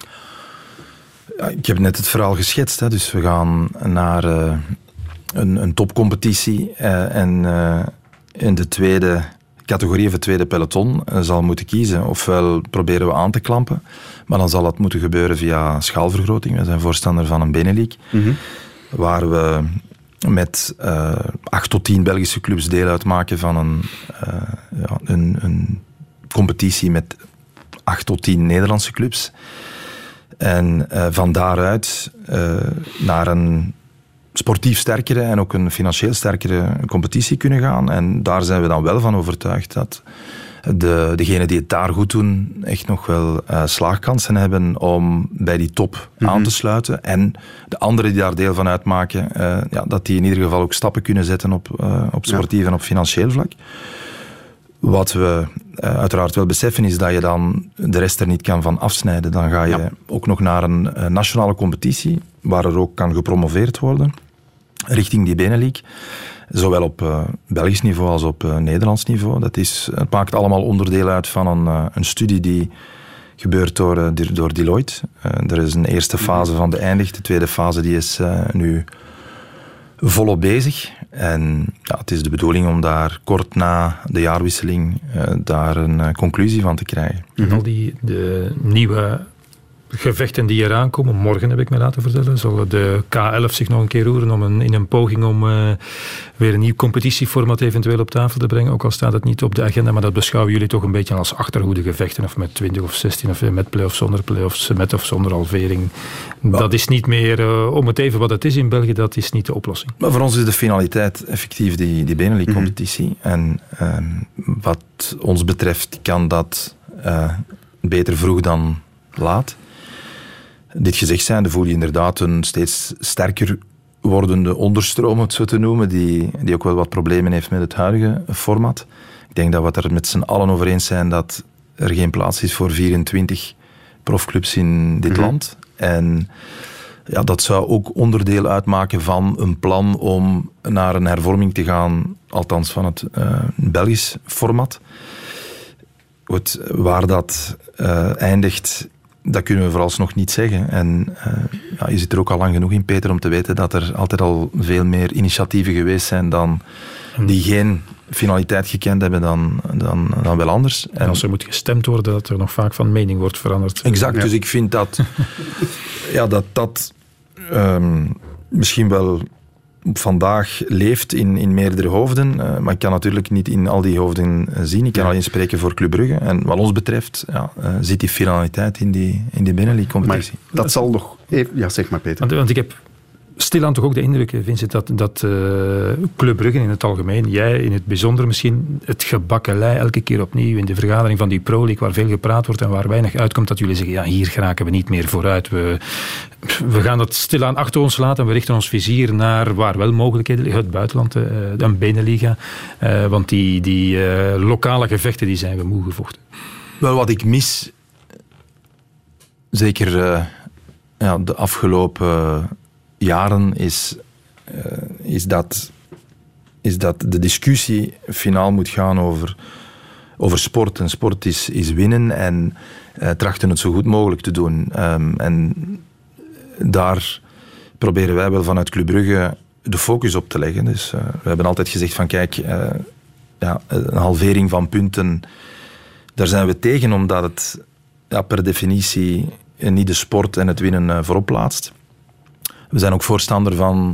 Ja, ik heb net het verhaal geschetst, hè, dus we gaan naar... Uh, Een, een topcompetitie uh, en uh, in de tweede categorie of het tweede peloton uh, zal moeten kiezen. Ofwel proberen we aan te klampen, maar dan zal dat moeten gebeuren via schaalvergroting. We zijn voorstander van een Benelux, mm-hmm. waar we met uh, acht tot tien Belgische clubs deel uitmaken van een, uh, ja, een, een competitie met acht tot tien Nederlandse clubs. En uh, van daaruit uh, naar een sportief sterkere en ook een financieel sterkere competitie kunnen gaan. En daar zijn we dan wel van overtuigd dat de, degenen die het daar goed doen echt nog wel uh, slaagkansen hebben om bij die top mm-hmm. aan te sluiten. En de anderen die daar deel van uitmaken, uh, ja, dat die in ieder geval ook stappen kunnen zetten op, uh, op sportief ja. en op financieel vlak. Wat we uh, uiteraard wel beseffen is dat je dan de rest er niet kan van afsnijden. Dan ga je ja. ook nog naar een uh, nationale competitie, waar er ook kan gepromoveerd worden, richting die Benelux. Zowel op uh, Belgisch niveau als op uh, Nederlands niveau. Dat is, het maakt allemaal onderdeel uit van een, uh, een studie die gebeurt door, uh, door Deloitte. Uh, er is een eerste fase van beëindigd. De tweede fase die is uh, nu volop bezig. En ja, het is de bedoeling om daar kort na de jaarwisseling uh, daar een uh, conclusie van te krijgen. En al die de nieuwe gevechten die eraan komen, morgen heb ik me laten vertellen, zullen de K elf zich nog een keer roeren om een, in een poging om uh, weer een nieuw competitieformat eventueel op tafel te brengen. Ook al staat het niet op de agenda, maar dat beschouwen jullie toch een beetje als achterhoede gevechten, of met twintig of zestien, of met play-offs, zonder play-offs, met of zonder halvering. Ja. Dat is niet meer, uh, om het even wat het is in België, dat is niet de oplossing. Maar voor ons is de finaliteit effectief die, die Benelux-competitie. Mm-hmm. En uh, wat ons betreft kan dat uh, beter vroeg dan laat. Dit gezegd zijnde voel je inderdaad een steeds sterker wordende onderstroom, om het zo te noemen, die, die ook wel wat problemen heeft met het huidige format. Ik denk dat we het er met z'n allen over eens zijn dat er geen plaats is voor vierentwintig profclubs in dit mm-hmm. land. En ja, dat zou ook onderdeel uitmaken van een plan om naar een hervorming te gaan, althans van het uh, Belgisch format. Goed, waar dat uh, eindigt, dat kunnen we vooralsnog niet zeggen. En uh, ja, je zit er ook al lang genoeg in, Peter, om te weten dat er altijd al veel meer initiatieven geweest zijn dan die geen finaliteit gekend hebben dan, dan, dan wel anders. En als er moet gestemd worden, dat er nog vaak van mening wordt veranderd. Exact, ja. Dus ik vind dat ja, dat, dat um, misschien wel vandaag leeft in, in meerdere hoofden, uh, maar ik kan natuurlijk niet in al die hoofden zien. Ik kan alleen spreken voor Club Brugge. En wat ons betreft ja, uh, zit die finaliteit in die, in die Benelux-competitie. Maar dat zal nog even... Ja, zeg maar, Peter. Want, want ik heb stilaan toch ook de indruk, Vincent, dat, dat uh, Club Brugge in het algemeen, jij in het bijzonder misschien, het gebakkelei elke keer opnieuw in de vergadering van die Pro League, waar veel gepraat wordt en waar weinig uitkomt, dat jullie zeggen, ja, hier geraken we niet meer vooruit. We, we gaan dat stilaan achter ons laten en we richten ons vizier naar waar wel mogelijkheden liggen, het buitenland, uh, een Beneliga. Uh, want die, die uh, lokale gevechten, die zijn we moe gevochten. Wel, wat ik mis, zeker uh, ja, de afgelopen Uh, jaren is, uh, is, dat, is dat de discussie finaal moet gaan over, over sport. En sport is, is winnen en uh, trachten het zo goed mogelijk te doen. Um, en daar proberen wij wel vanuit Club Brugge de focus op te leggen. Dus uh, we hebben altijd gezegd van kijk, uh, ja, een halvering van punten, daar zijn we tegen, omdat het ja, per definitie niet de sport en het winnen uh, voorop plaatst. We zijn ook voorstander van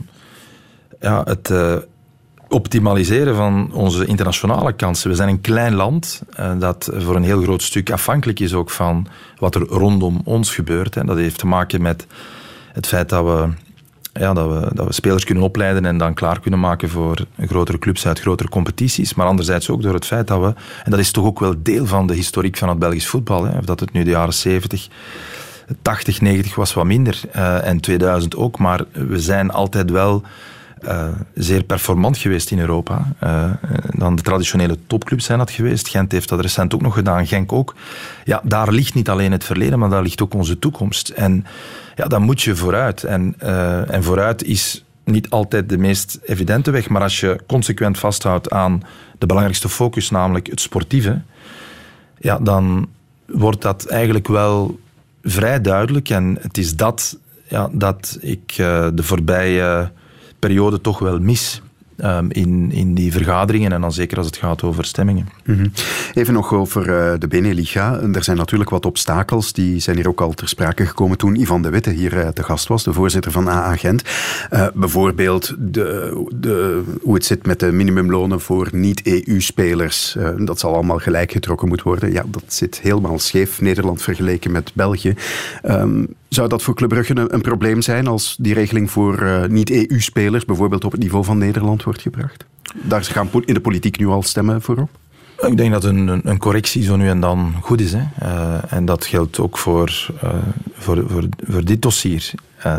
ja, het uh, optimaliseren van onze internationale kansen. We zijn een klein land uh, dat voor een heel groot stuk afhankelijk is ook van wat er rondom ons gebeurt. Hè. Dat heeft te maken met het feit dat we, ja, dat, we, dat we spelers kunnen opleiden en dan klaar kunnen maken voor grotere clubs uit grotere competities. Maar anderzijds ook door het feit dat we, en dat is toch ook wel deel van de historiek van het Belgisch voetbal, hè, of dat het nu de jaren zeventig... tachtig, negentig was wat minder uh, en tweeduizend ook, maar we zijn altijd wel uh, zeer performant geweest in Europa. Uh, dan de traditionele topclubs zijn dat geweest. Gent heeft dat recent ook nog gedaan, Genk ook. Ja, daar ligt niet alleen het verleden, maar daar ligt ook onze toekomst. En ja, dan moet je vooruit. En, uh, en vooruit is niet altijd de meest evidente weg, maar als je consequent vasthoudt aan de belangrijkste focus, namelijk het sportieve, ja, dan wordt dat eigenlijk wel vrij duidelijk. En het is dat, ja, dat ik uh, de voorbije periode toch wel mis um, in, in die vergaderingen en dan zeker als het gaat over stemmingen. Mm-hmm. Even nog over uh, de Beneliga. Er zijn natuurlijk wat obstakels. Die zijn hier ook al ter sprake gekomen toen Ivan de Witte hier uh, te gast was, de voorzitter van A A Gent. Uh, bijvoorbeeld de, de, hoe het zit met de minimumlonen voor niet-E U-spelers. Uh, dat zal allemaal gelijk getrokken moeten worden. Ja, dat zit helemaal scheef. Nederland vergeleken met België. Um, Zou dat voor Club Brugge een, een probleem zijn als die regeling voor uh, niet-E U-spelers bijvoorbeeld op het niveau van Nederland wordt gebracht? Daar gaan in de politiek nu al stemmen voor op? Ik denk dat een, een correctie zo nu en dan goed is. Hè. Uh, en dat geldt ook voor, uh, voor, voor, voor dit dossier. Uh,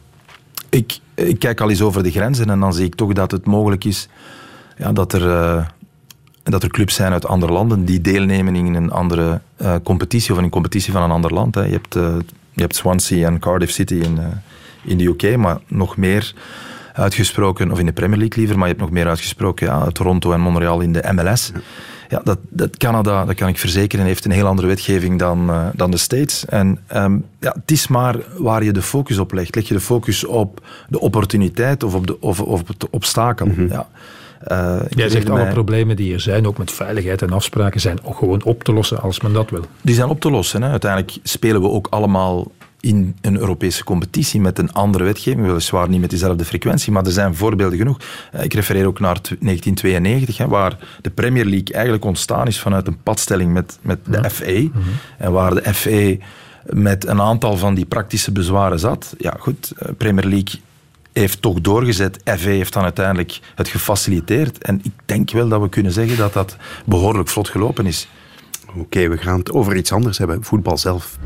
ik, ik kijk al eens over de grenzen en dan zie ik toch dat het mogelijk is ja, dat, er, uh, dat er clubs zijn uit andere landen die deelnemen in een andere uh, competitie of in een competitie van een ander land. Hè. Je hebt... Uh, Je hebt Swansea en Cardiff City in, uh, in de U K, maar nog meer uitgesproken, of in de Premier League liever, maar je hebt nog meer uitgesproken, ja, Toronto en Montreal in de M L S. ja, dat, dat Canada, dat kan ik verzekeren, heeft een heel andere wetgeving dan, uh, dan de States. En um, ja, het is maar waar je de focus op legt. Leg je de focus op de opportuniteit of op, de, of, of op het obstakel. Mm-hmm. Ja. Uh, Jij zegt alle mij... problemen die er zijn, ook met veiligheid en afspraken, zijn ook gewoon op te lossen als men dat wil. Die zijn op te lossen. Hè. Uiteindelijk spelen we ook allemaal in een Europese competitie met een andere wetgeving, weliswaar niet met diezelfde frequentie, maar er zijn voorbeelden genoeg. Ik refereer ook naar negentien tweeënnegentig, hè, waar de Premier League eigenlijk ontstaan is vanuit een padstelling met, met de ja. F A. Mm-hmm. En waar de F A met een aantal van die praktische bezwaren zat. Ja goed, Premier League heeft toch doorgezet. F A heeft dan uiteindelijk het gefaciliteerd. En ik denk wel dat we kunnen zeggen dat dat behoorlijk vlot gelopen is. Oké, okay, we gaan het over iets anders hebben. Voetbal zelf.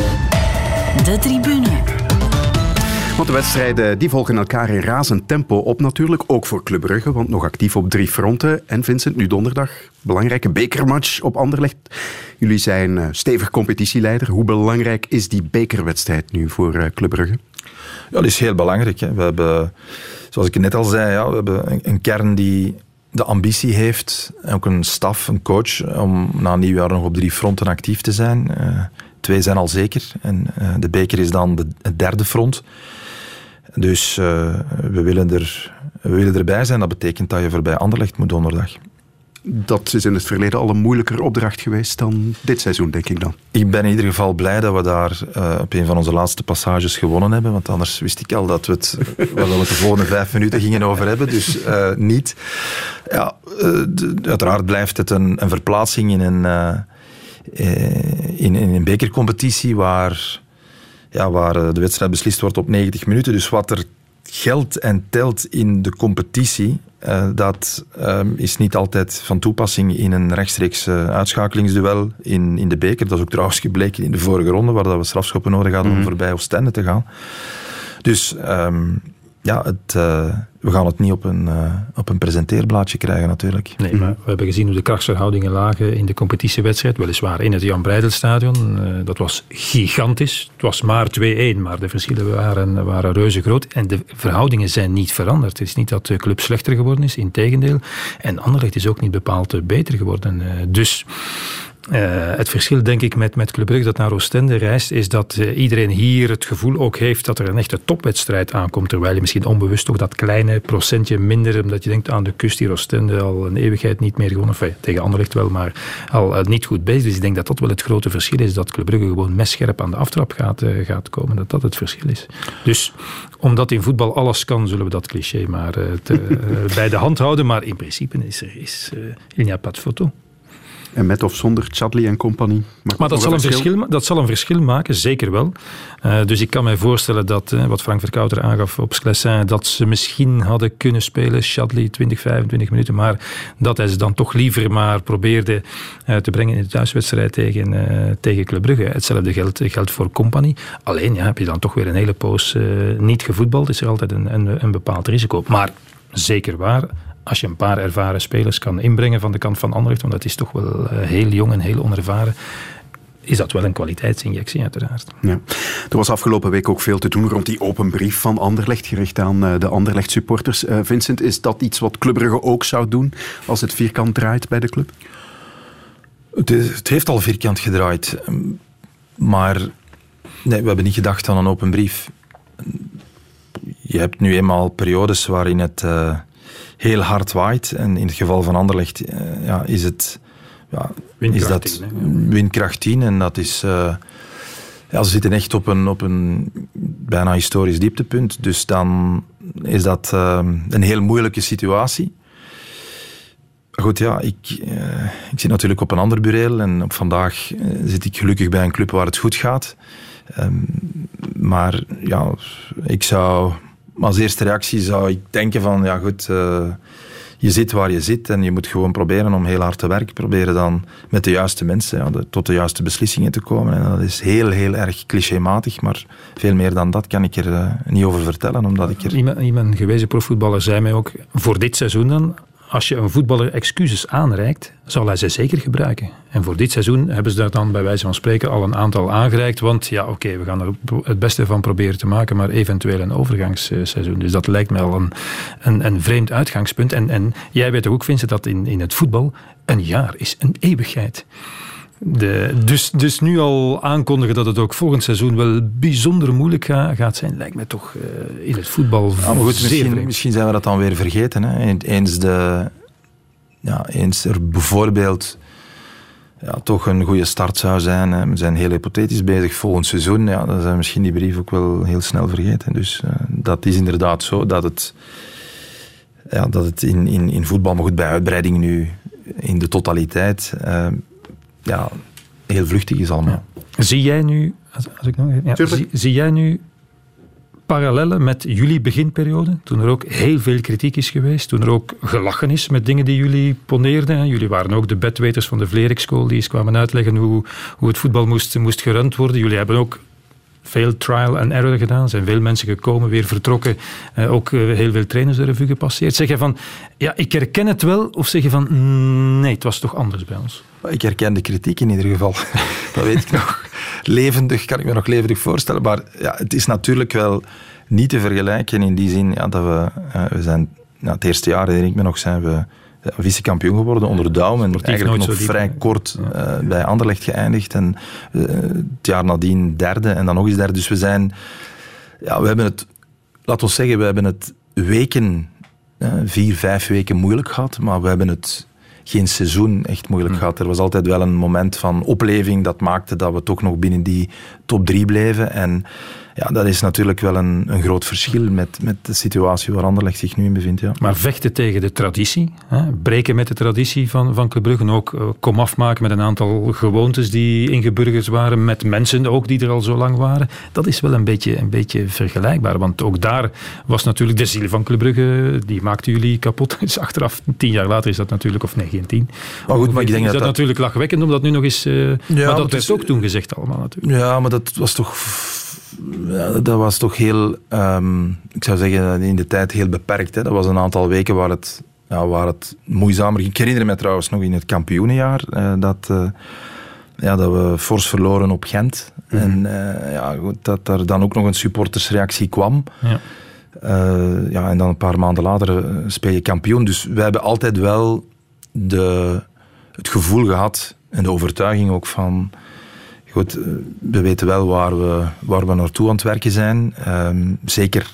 De tribune. Want de wedstrijden die volgen elkaar in razend tempo op natuurlijk. Ook voor Club Brugge, want nog actief op drie fronten. En Vincent, nu donderdag, belangrijke bekermatch op Anderlecht. Jullie zijn stevig competitieleider. Hoe belangrijk is die bekerwedstrijd nu voor Club Brugge? Ja, dat is heel belangrijk. Hè. We hebben, zoals ik net al zei, ja, we hebben een, een kern die de ambitie heeft. En ook een staf, een coach, om na nieuwjaar nog op drie fronten actief te zijn. Uh, twee zijn al zeker. En uh, de beker is dan de, het derde front. Dus uh, we, willen er, we willen erbij zijn. Dat betekent dat je voorbij Anderlecht moet donderdag. Dat is in het verleden al een moeilijker opdracht geweest dan dit seizoen, denk ik dan. Ik ben in ieder geval blij dat we daar uh, op een van onze laatste passages gewonnen hebben, want anders wist ik al dat we het, waar we het de volgende vijf minuten gingen over hebben, dus uh, niet. Ja, uh, de, uiteraard blijft het een, een verplaatsing in een, uh, in, in een bekercompetitie waar, ja, waar de wedstrijd beslist wordt op negentig minuten, dus wat er geldt en telt in de competitie, uh, dat uh, is niet altijd van toepassing in een rechtstreeks uh, uitschakelingsduel in, in de beker. Dat is ook trouwens gebleken in de vorige ronde, waar dat we strafschoppen nodig hadden mm-hmm. om voorbij Oostende te gaan. Dus um, ja, het, uh, we gaan het niet op een, uh, op een presenteerblaadje krijgen natuurlijk. Nee, maar we hebben gezien hoe de krachtsverhoudingen lagen in de competitiewedstrijd. Weliswaar in het Jan Breidelstadion. Uh, dat was gigantisch. Het was maar twee-één, maar de verschillen waren, waren reuze groot. En de verhoudingen zijn niet veranderd. Het is niet dat de club slechter geworden is, integendeel. En Anderlecht is ook niet bepaald beter geworden. Uh, dus... Uh, het verschil, denk ik, met, met Club Brugge dat naar Oostende reist, is dat uh, iedereen hier het gevoel ook heeft dat er een echte topwedstrijd aankomt, terwijl je misschien onbewust toch dat kleine procentje minder, omdat je denkt aan de kust hier Oostende al een eeuwigheid niet meer gewonnen, enfin, tegen Anderlecht wel, maar al uh, niet goed bezig. Dus ik denk dat dat wel het grote verschil is, dat Club Brugge gewoon messcherp aan de aftrap gaat, uh, gaat komen, dat dat het verschil is. Dus omdat in voetbal alles kan, zullen we dat cliché maar uh, te, uh, bij de hand houden, maar in principe is er is, uh, il n'y a pas de photo. En met of zonder Chadli en compagnie. Maar dat zal, een verschil? Verschil, dat zal een verschil maken, zeker wel. Uh, dus ik kan mij voorstellen dat, uh, wat Frank Verkouter aangaf op Sclessin, dat ze misschien hadden kunnen spelen, Chadli twintig, vijfentwintig minuten, maar dat hij ze dan toch liever maar probeerde uh, te brengen in de thuiswedstrijd tegen, uh, tegen Club Brugge. Hetzelfde geldt, geldt voor compagnie. Alleen ja, heb je dan toch weer een hele poos uh, niet gevoetbald, is er altijd een, een, een bepaald risico. Maar zeker waar, als je een paar ervaren spelers kan inbrengen van de kant van Anderlecht, want dat is toch wel heel jong en heel onervaren, is dat wel een kwaliteitsinjectie uiteraard. Ja. Er was afgelopen week ook veel te doen rond die open brief van Anderlecht, gericht aan de Anderlecht supporters. Uh, Vincent, is dat iets wat Club Brugge ook zou doen als het vierkant draait bij de club? Het, is, het heeft al vierkant gedraaid, maar nee, we hebben niet gedacht aan een open brief. Je hebt nu eenmaal periodes waarin het uh, heel hard waait. En in het geval van Anderlecht uh, ja, is het ja, is dat windkracht tien. En dat is... Uh, ja, ze zitten echt op een, op een bijna historisch dieptepunt. Dus dan is dat uh, een heel moeilijke situatie. Goed, ja, ik, uh, ik zit natuurlijk op een ander bureel. En op vandaag uh, zit ik gelukkig bij een club waar het goed gaat. Um, maar ja, ik zou... Als eerste reactie zou ik denken van, ja goed, uh, je zit waar je zit en je moet gewoon proberen om heel hard te werken. Proberen dan met de juiste mensen ja, de, tot de juiste beslissingen te komen. En dat is heel, heel erg clichématig, maar veel meer dan dat kan ik er uh, niet over vertellen. Omdat ik er... Iemand, iemand gewezen profvoetballer zei mij ook, voor dit seizoen dan, als je een voetballer excuses aanreikt, zal hij ze zeker gebruiken. En voor dit seizoen hebben ze daar dan bij wijze van spreken al een aantal aangereikt. Want ja, oké, okay, we gaan er het beste van proberen te maken, maar eventueel een overgangsseizoen. Dus dat lijkt mij al een, een, een vreemd uitgangspunt. En, en jij weet ook, Vincent, dat in, in het voetbal een jaar is een eeuwigheid. De, dus, dus nu al aankondigen dat het ook volgend seizoen wel bijzonder moeilijk ga, gaat zijn, lijkt mij toch uh, in het voetbal ja, maar goed, zeer misschien, vreemd. Misschien zijn we dat dan weer vergeten. Hè? Eens, de, ja, eens er bijvoorbeeld ja, toch een goede start zou zijn. Hè? We zijn heel hypothetisch bezig volgend seizoen. Ja, dan zijn we misschien die brief ook wel heel snel vergeten. Dus uh, dat is inderdaad zo dat het, ja, dat het in, in, in voetbal, maar goed, bij uitbreiding nu in de totaliteit... Uh, ja, heel vluchtig is allemaal. Ja. Zie jij nu, als, als ik nog, ja, zie, zie jij nu parallellen met jullie beginperiode, toen er ook heel veel kritiek is geweest, toen er ook gelachen is met dingen die jullie poneerden. Jullie waren ook de bedweters van de Vleriksschool, die eens kwamen uitleggen hoe, hoe het voetbal moest, moest gerund worden. Jullie hebben ook veel trial and error gedaan. Er zijn veel mensen gekomen, weer vertrokken. Uh, ook uh, heel veel trainers de revue gepasseerd. Zeg je van, ja, ik herken het wel, of zeg je van, mm, nee, het was toch anders bij ons? Ik herken de kritiek in ieder geval. Dat weet ik nog. Levendig, kan ik me nog levendig voorstellen. Maar ja, het is natuurlijk wel niet te vergelijken in die zin ja, dat we, uh, we zijn, ja, het eerste jaar, herinner ik me nog, zijn we ja, vice-kampioen geworden onder Douw. En eigenlijk nog vrij diep, kort uh, bij Anderlecht geëindigd. En uh, het jaar nadien derde en dan nog eens derde. Dus we zijn, ja, we hebben het, laat ons zeggen, we hebben het weken, uh, vier, vijf weken moeilijk gehad. Maar we hebben het geen seizoen echt moeilijk hmm. gehad. Er was altijd wel een moment van opleving dat maakte dat we toch nog binnen die top drie bleven. En ja, dat is natuurlijk wel een, een groot verschil met, met de situatie waar Anderlecht zich nu in bevindt. Ja. Maar vechten tegen de traditie, hè? Breken met de traditie van, van Club Brugge, ook uh, komaf maken met een aantal gewoontes die ingeburgerd waren, met mensen ook die er al zo lang waren. Dat is wel een beetje, een beetje vergelijkbaar, want ook daar was natuurlijk de ziel van Club Brugge, die maakten jullie kapot. Dus achteraf, tien jaar later is dat natuurlijk, of nee, geen tien. Maar goed, maar ik denk is dat, dat, dat natuurlijk lachwekkend, omdat nu nog eens... Uh, ja, maar dat werd is, ook toen gezegd allemaal natuurlijk. Ja, maar dat was toch... Ja, dat was toch heel, um, ik zou zeggen, in de tijd heel beperkt. Hè. Dat was een aantal weken waar het, ja, waar het moeizamer ging. Ik herinner me trouwens nog in het kampioenenjaar uh, dat, uh, ja, dat we fors verloren op Gent. Mm-hmm. En uh, ja, goed, dat er dan ook nog een supportersreactie kwam. Ja. Uh, ja, en dan een paar maanden later uh, speel je kampioen. Dus wij hebben altijd wel de, het gevoel gehad en de overtuiging ook van... Goed, we weten wel waar we, waar we naartoe aan het werken zijn. Um, zeker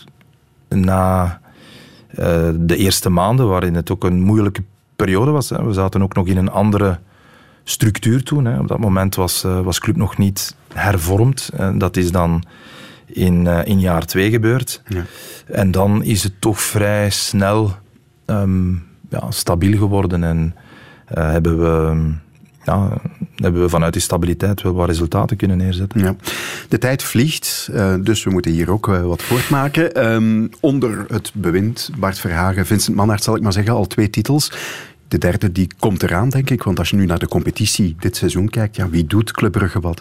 na uh, de eerste maanden, waarin het ook een moeilijke periode was. Hè. We zaten ook nog in een andere structuur toen. Hè. Op dat moment was, uh, was Club nog niet hervormd. Uh, dat is dan in, uh, in jaar twee gebeurd. Ja. En dan is het toch vrij snel um, ja, stabiel geworden. En uh, hebben we... Um, Ja, hebben we vanuit die stabiliteit wel wat resultaten kunnen neerzetten. Ja. De tijd vliegt, uh, dus we moeten hier ook uh, wat voortmaken. Um, onder het bewind, Bart Verhagen, Vincent Mannaert, zal ik maar zeggen, al twee titels. De derde die komt eraan, denk ik. Want als je nu naar de competitie dit seizoen kijkt, ja, wie doet Club Brugge wat?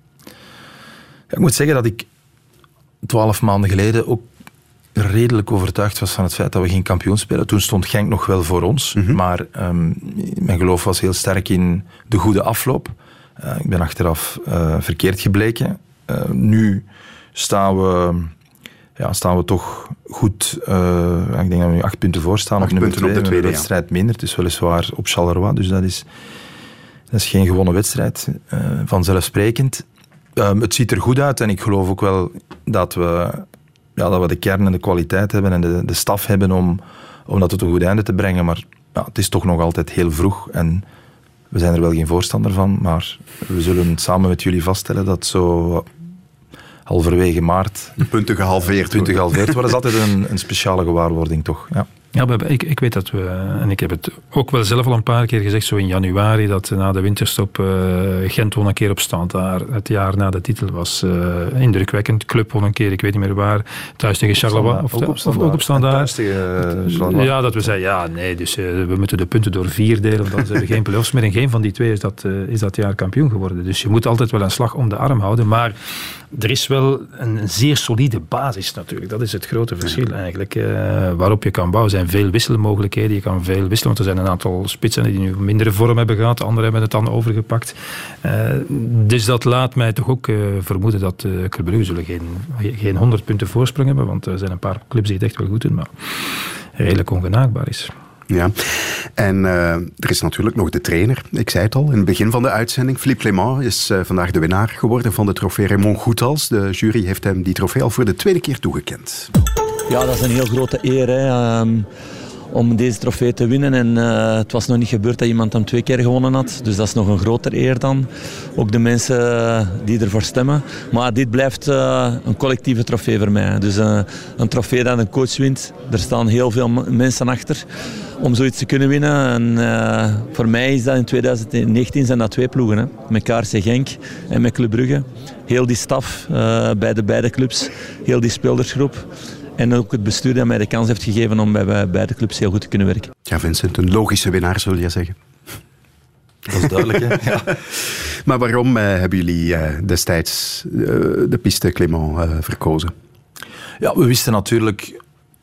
Ja, ik moet zeggen dat ik twaalf maanden geleden ook redelijk overtuigd was van het feit dat we geen kampioen spelen. Toen stond Genk nog wel voor ons, mm-hmm. maar um, mijn geloof was heel sterk in de goede afloop. Uh, ik ben achteraf uh, verkeerd gebleken. Uh, nu staan we, ja, staan we toch goed. Uh, ik denk dat we nu acht punten voor staan. Acht op punten twee, op de tweede, een wedstrijd ja. minder. Het is weliswaar op Charleroi, dus dat is, dat is geen gewonnen wedstrijd. Uh, vanzelfsprekend. Uh, het ziet er goed uit en ik geloof ook wel dat we... Ja, dat we de kern en de kwaliteit hebben en de, de staf hebben om, om dat tot een goed einde te brengen. Maar ja, het is toch nog altijd heel vroeg en we zijn er wel geen voorstander van. Maar we zullen samen met jullie vaststellen dat zo halverwege maart... De punten gehalveerd punten gehalveerd worden. Dat is altijd een, een speciale gewaarwording, toch? Ja. Ja, we hebben, ik, ik weet dat we, en ik heb het ook wel zelf al een paar keer gezegd, zo in januari, dat na de winterstop uh, Gent won een keer op stand daar. Het jaar na de titel was uh, indrukwekkend. Club won een keer, ik weet niet meer waar, thuis tegen Charleroi. Of, ook, of ook op stand daar. Thuis tegen uh, Charleroi. Ja, dat we zeiden, ja, nee, dus uh, we moeten de punten door vier delen, want dan zijn er geen play-offs meer. En geen van die twee is dat, uh, is dat jaar kampioen geworden. Dus je moet altijd wel een slag om de arm houden, maar er is wel een zeer solide basis natuurlijk. Dat is het grote verschil eigenlijk, uh, waarop je kan bouwen. zijn veel wisselmogelijkheden. Je kan veel wisselen, want er zijn een aantal spitsen die nu mindere vorm hebben gehad. Anderen hebben het dan overgepakt. Uh, dus dat laat mij toch ook uh, vermoeden dat uh, Club Brugge zullen geen, geen honderd punten voorsprong hebben, want er zijn een paar clubs die het echt wel goed doen, maar redelijk ongenaakbaar is. Ja, en uh, er is natuurlijk nog de trainer. Ik zei het al in het begin van de uitzending. Philippe Clement is uh, vandaag de winnaar geworden van de trofee Raymond Goethals. De jury heeft hem die trofee al voor de tweede keer toegekend. Ja, dat is een heel grote eer hè, um, om deze trofee te winnen. En uh, het was nog niet gebeurd dat iemand hem twee keer gewonnen had. Dus dat is nog een groter eer dan. Ook de mensen uh, die ervoor stemmen. Maar dit blijft uh, een collectieve trofee voor mij. Dus uh, een trofee dat een coach wint. Er staan heel veel mensen achter om zoiets te kunnen winnen. En uh, voor mij is dat in twintig negentien zijn dat twee ploegen. Hè. Met K R C Genk en met Club Brugge. Heel die staf uh, bij de beide clubs. Heel die speelersgroep. En ook het bestuur dat mij de kans heeft gegeven om bij beide clubs heel goed te kunnen werken. Ja, Vincent, een logische winnaar, zul je zeggen. Dat is duidelijk, hè? Ja. Maar waarom uh, hebben jullie uh, destijds uh, de piste Clement uh, verkozen? Ja, we wisten natuurlijk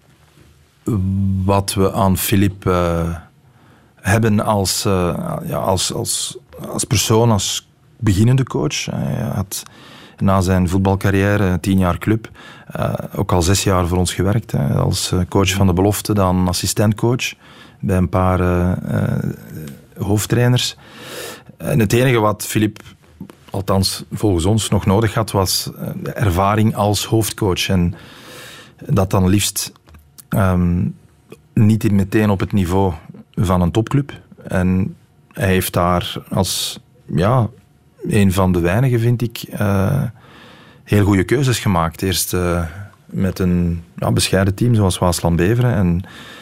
wat we aan Philippe uh, hebben als, uh, ja, als, als, als persoon, als beginnende coach. Hij had na zijn voetbalcarrière, tien jaar club, uh, ook al zes jaar voor ons gewerkt. Hè, als coach van de belofte, dan assistentcoach bij een paar uh, uh, hoofdtrainers. En het enige wat Philippe, althans volgens ons, nog nodig had, was de ervaring als hoofdcoach. En dat dan liefst um, niet meteen op het niveau van een topclub. En hij heeft daar als ja, een van de weinigen, vind ik, uh, heel goede keuzes gemaakt. Eerst uh, met een ja, bescheiden team zoals Waasland-Beveren. En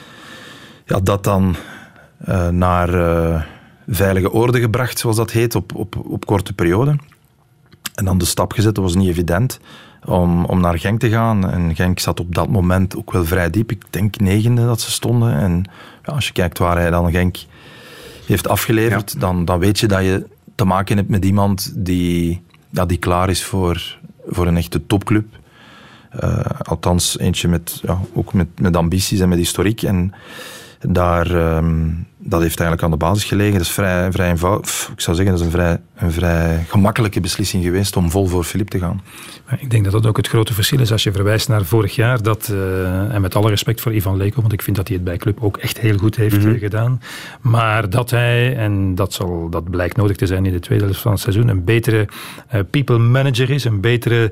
ja, dat dan uh, naar uh, veilige orde gebracht, zoals dat heet, op, op, op korte periode. En dan de stap gezet, dat was niet evident, om, om naar Genk te gaan. En Genk zat op dat moment ook wel vrij diep. Ik denk negende dat ze stonden. En ja, als je kijkt waar hij dan Genk heeft afgeleverd, ja. dan, dan weet je dat je te maken hebt met iemand die, ja, die klaar is voor, voor een echte topclub. Uh, althans, eentje met, ja, ook met, met ambities en met historiek. En daar, um, dat heeft eigenlijk aan de basis gelegen. Dat is vrij, vrij eenvoudig. Ik zou zeggen, dat is een vrij, een vrij gemakkelijke beslissing geweest om vol voor Philippe te gaan. Ik denk dat dat ook het grote verschil is als je verwijst naar vorig jaar. Dat, uh, en met alle respect voor Ivan Leko, want ik vind dat hij het bij Club ook echt heel goed heeft mm-hmm. gedaan. Maar dat hij, en dat, zal, dat blijkt nodig te zijn in de tweede helft van het seizoen, een betere uh, people manager is, een betere,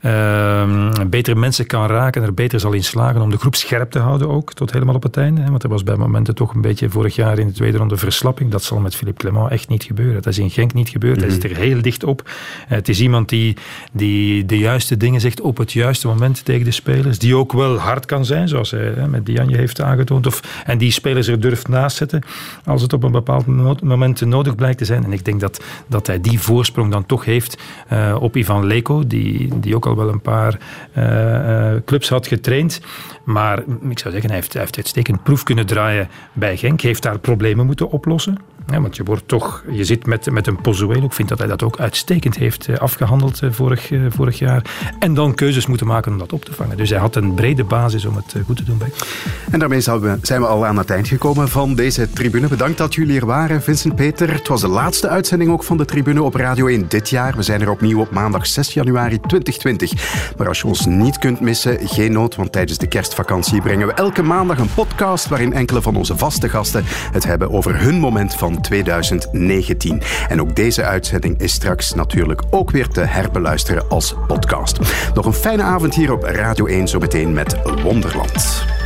uh, betere mensen kan raken, er beter zal in slagen om de groep scherp te houden ook, tot helemaal op het einde. Hè, want er was bij momenten toch een beetje vorig jaar in de tweede ronde verslapping. Dat zal met Philippe Clement echt niet gebeuren. Dat is in Genk niet gebeurd. Mm-hmm. Hij zit er heel dicht op. Uh, het is iemand die, die de juiste dingen zegt op het juiste moment tegen de spelers. Die ook wel hard kan zijn, zoals hij hè, met Dianje heeft aangetoond. Of, en die spelers er durft naast zetten als het op een bepaald moment nodig blijkt te zijn. En ik denk dat, dat hij die voorsprong dan toch heeft uh, op Ivan Leko, die, die ook al wel een paar uh, uh, clubs had getraind. Maar ik zou zeggen, hij heeft, hij heeft uitstekend proef kunnen draaien bij Genk. Heeft daar problemen moeten oplossen. Ja, want je, wordt toch, je zit met, met een Pozuelo. Ik vind dat hij dat ook uitstekend heeft afgehandeld vorig, vorig jaar. En dan keuzes moeten maken om dat op te vangen. Dus hij had een brede basis om het goed te doen bij. En daarmee zijn we al aan het eind gekomen van deze tribune. Bedankt dat jullie er waren, Vincent, Peter. Het was de laatste uitzending ook van de tribune op Radio één dit jaar. We zijn er opnieuw op maandag zes januari tweeduizend twintig. Maar als je ons niet kunt missen, geen nood, want tijdens de kerstvakantie brengen we elke maandag een podcast waarin enkele van onze vaste gasten het hebben over hun moment van tweeduizend negentien. En ook deze uitzending is straks natuurlijk ook weer te herbeluisteren als podcast. Nog een fijne avond hier op Radio één, zo meteen met Wonderland.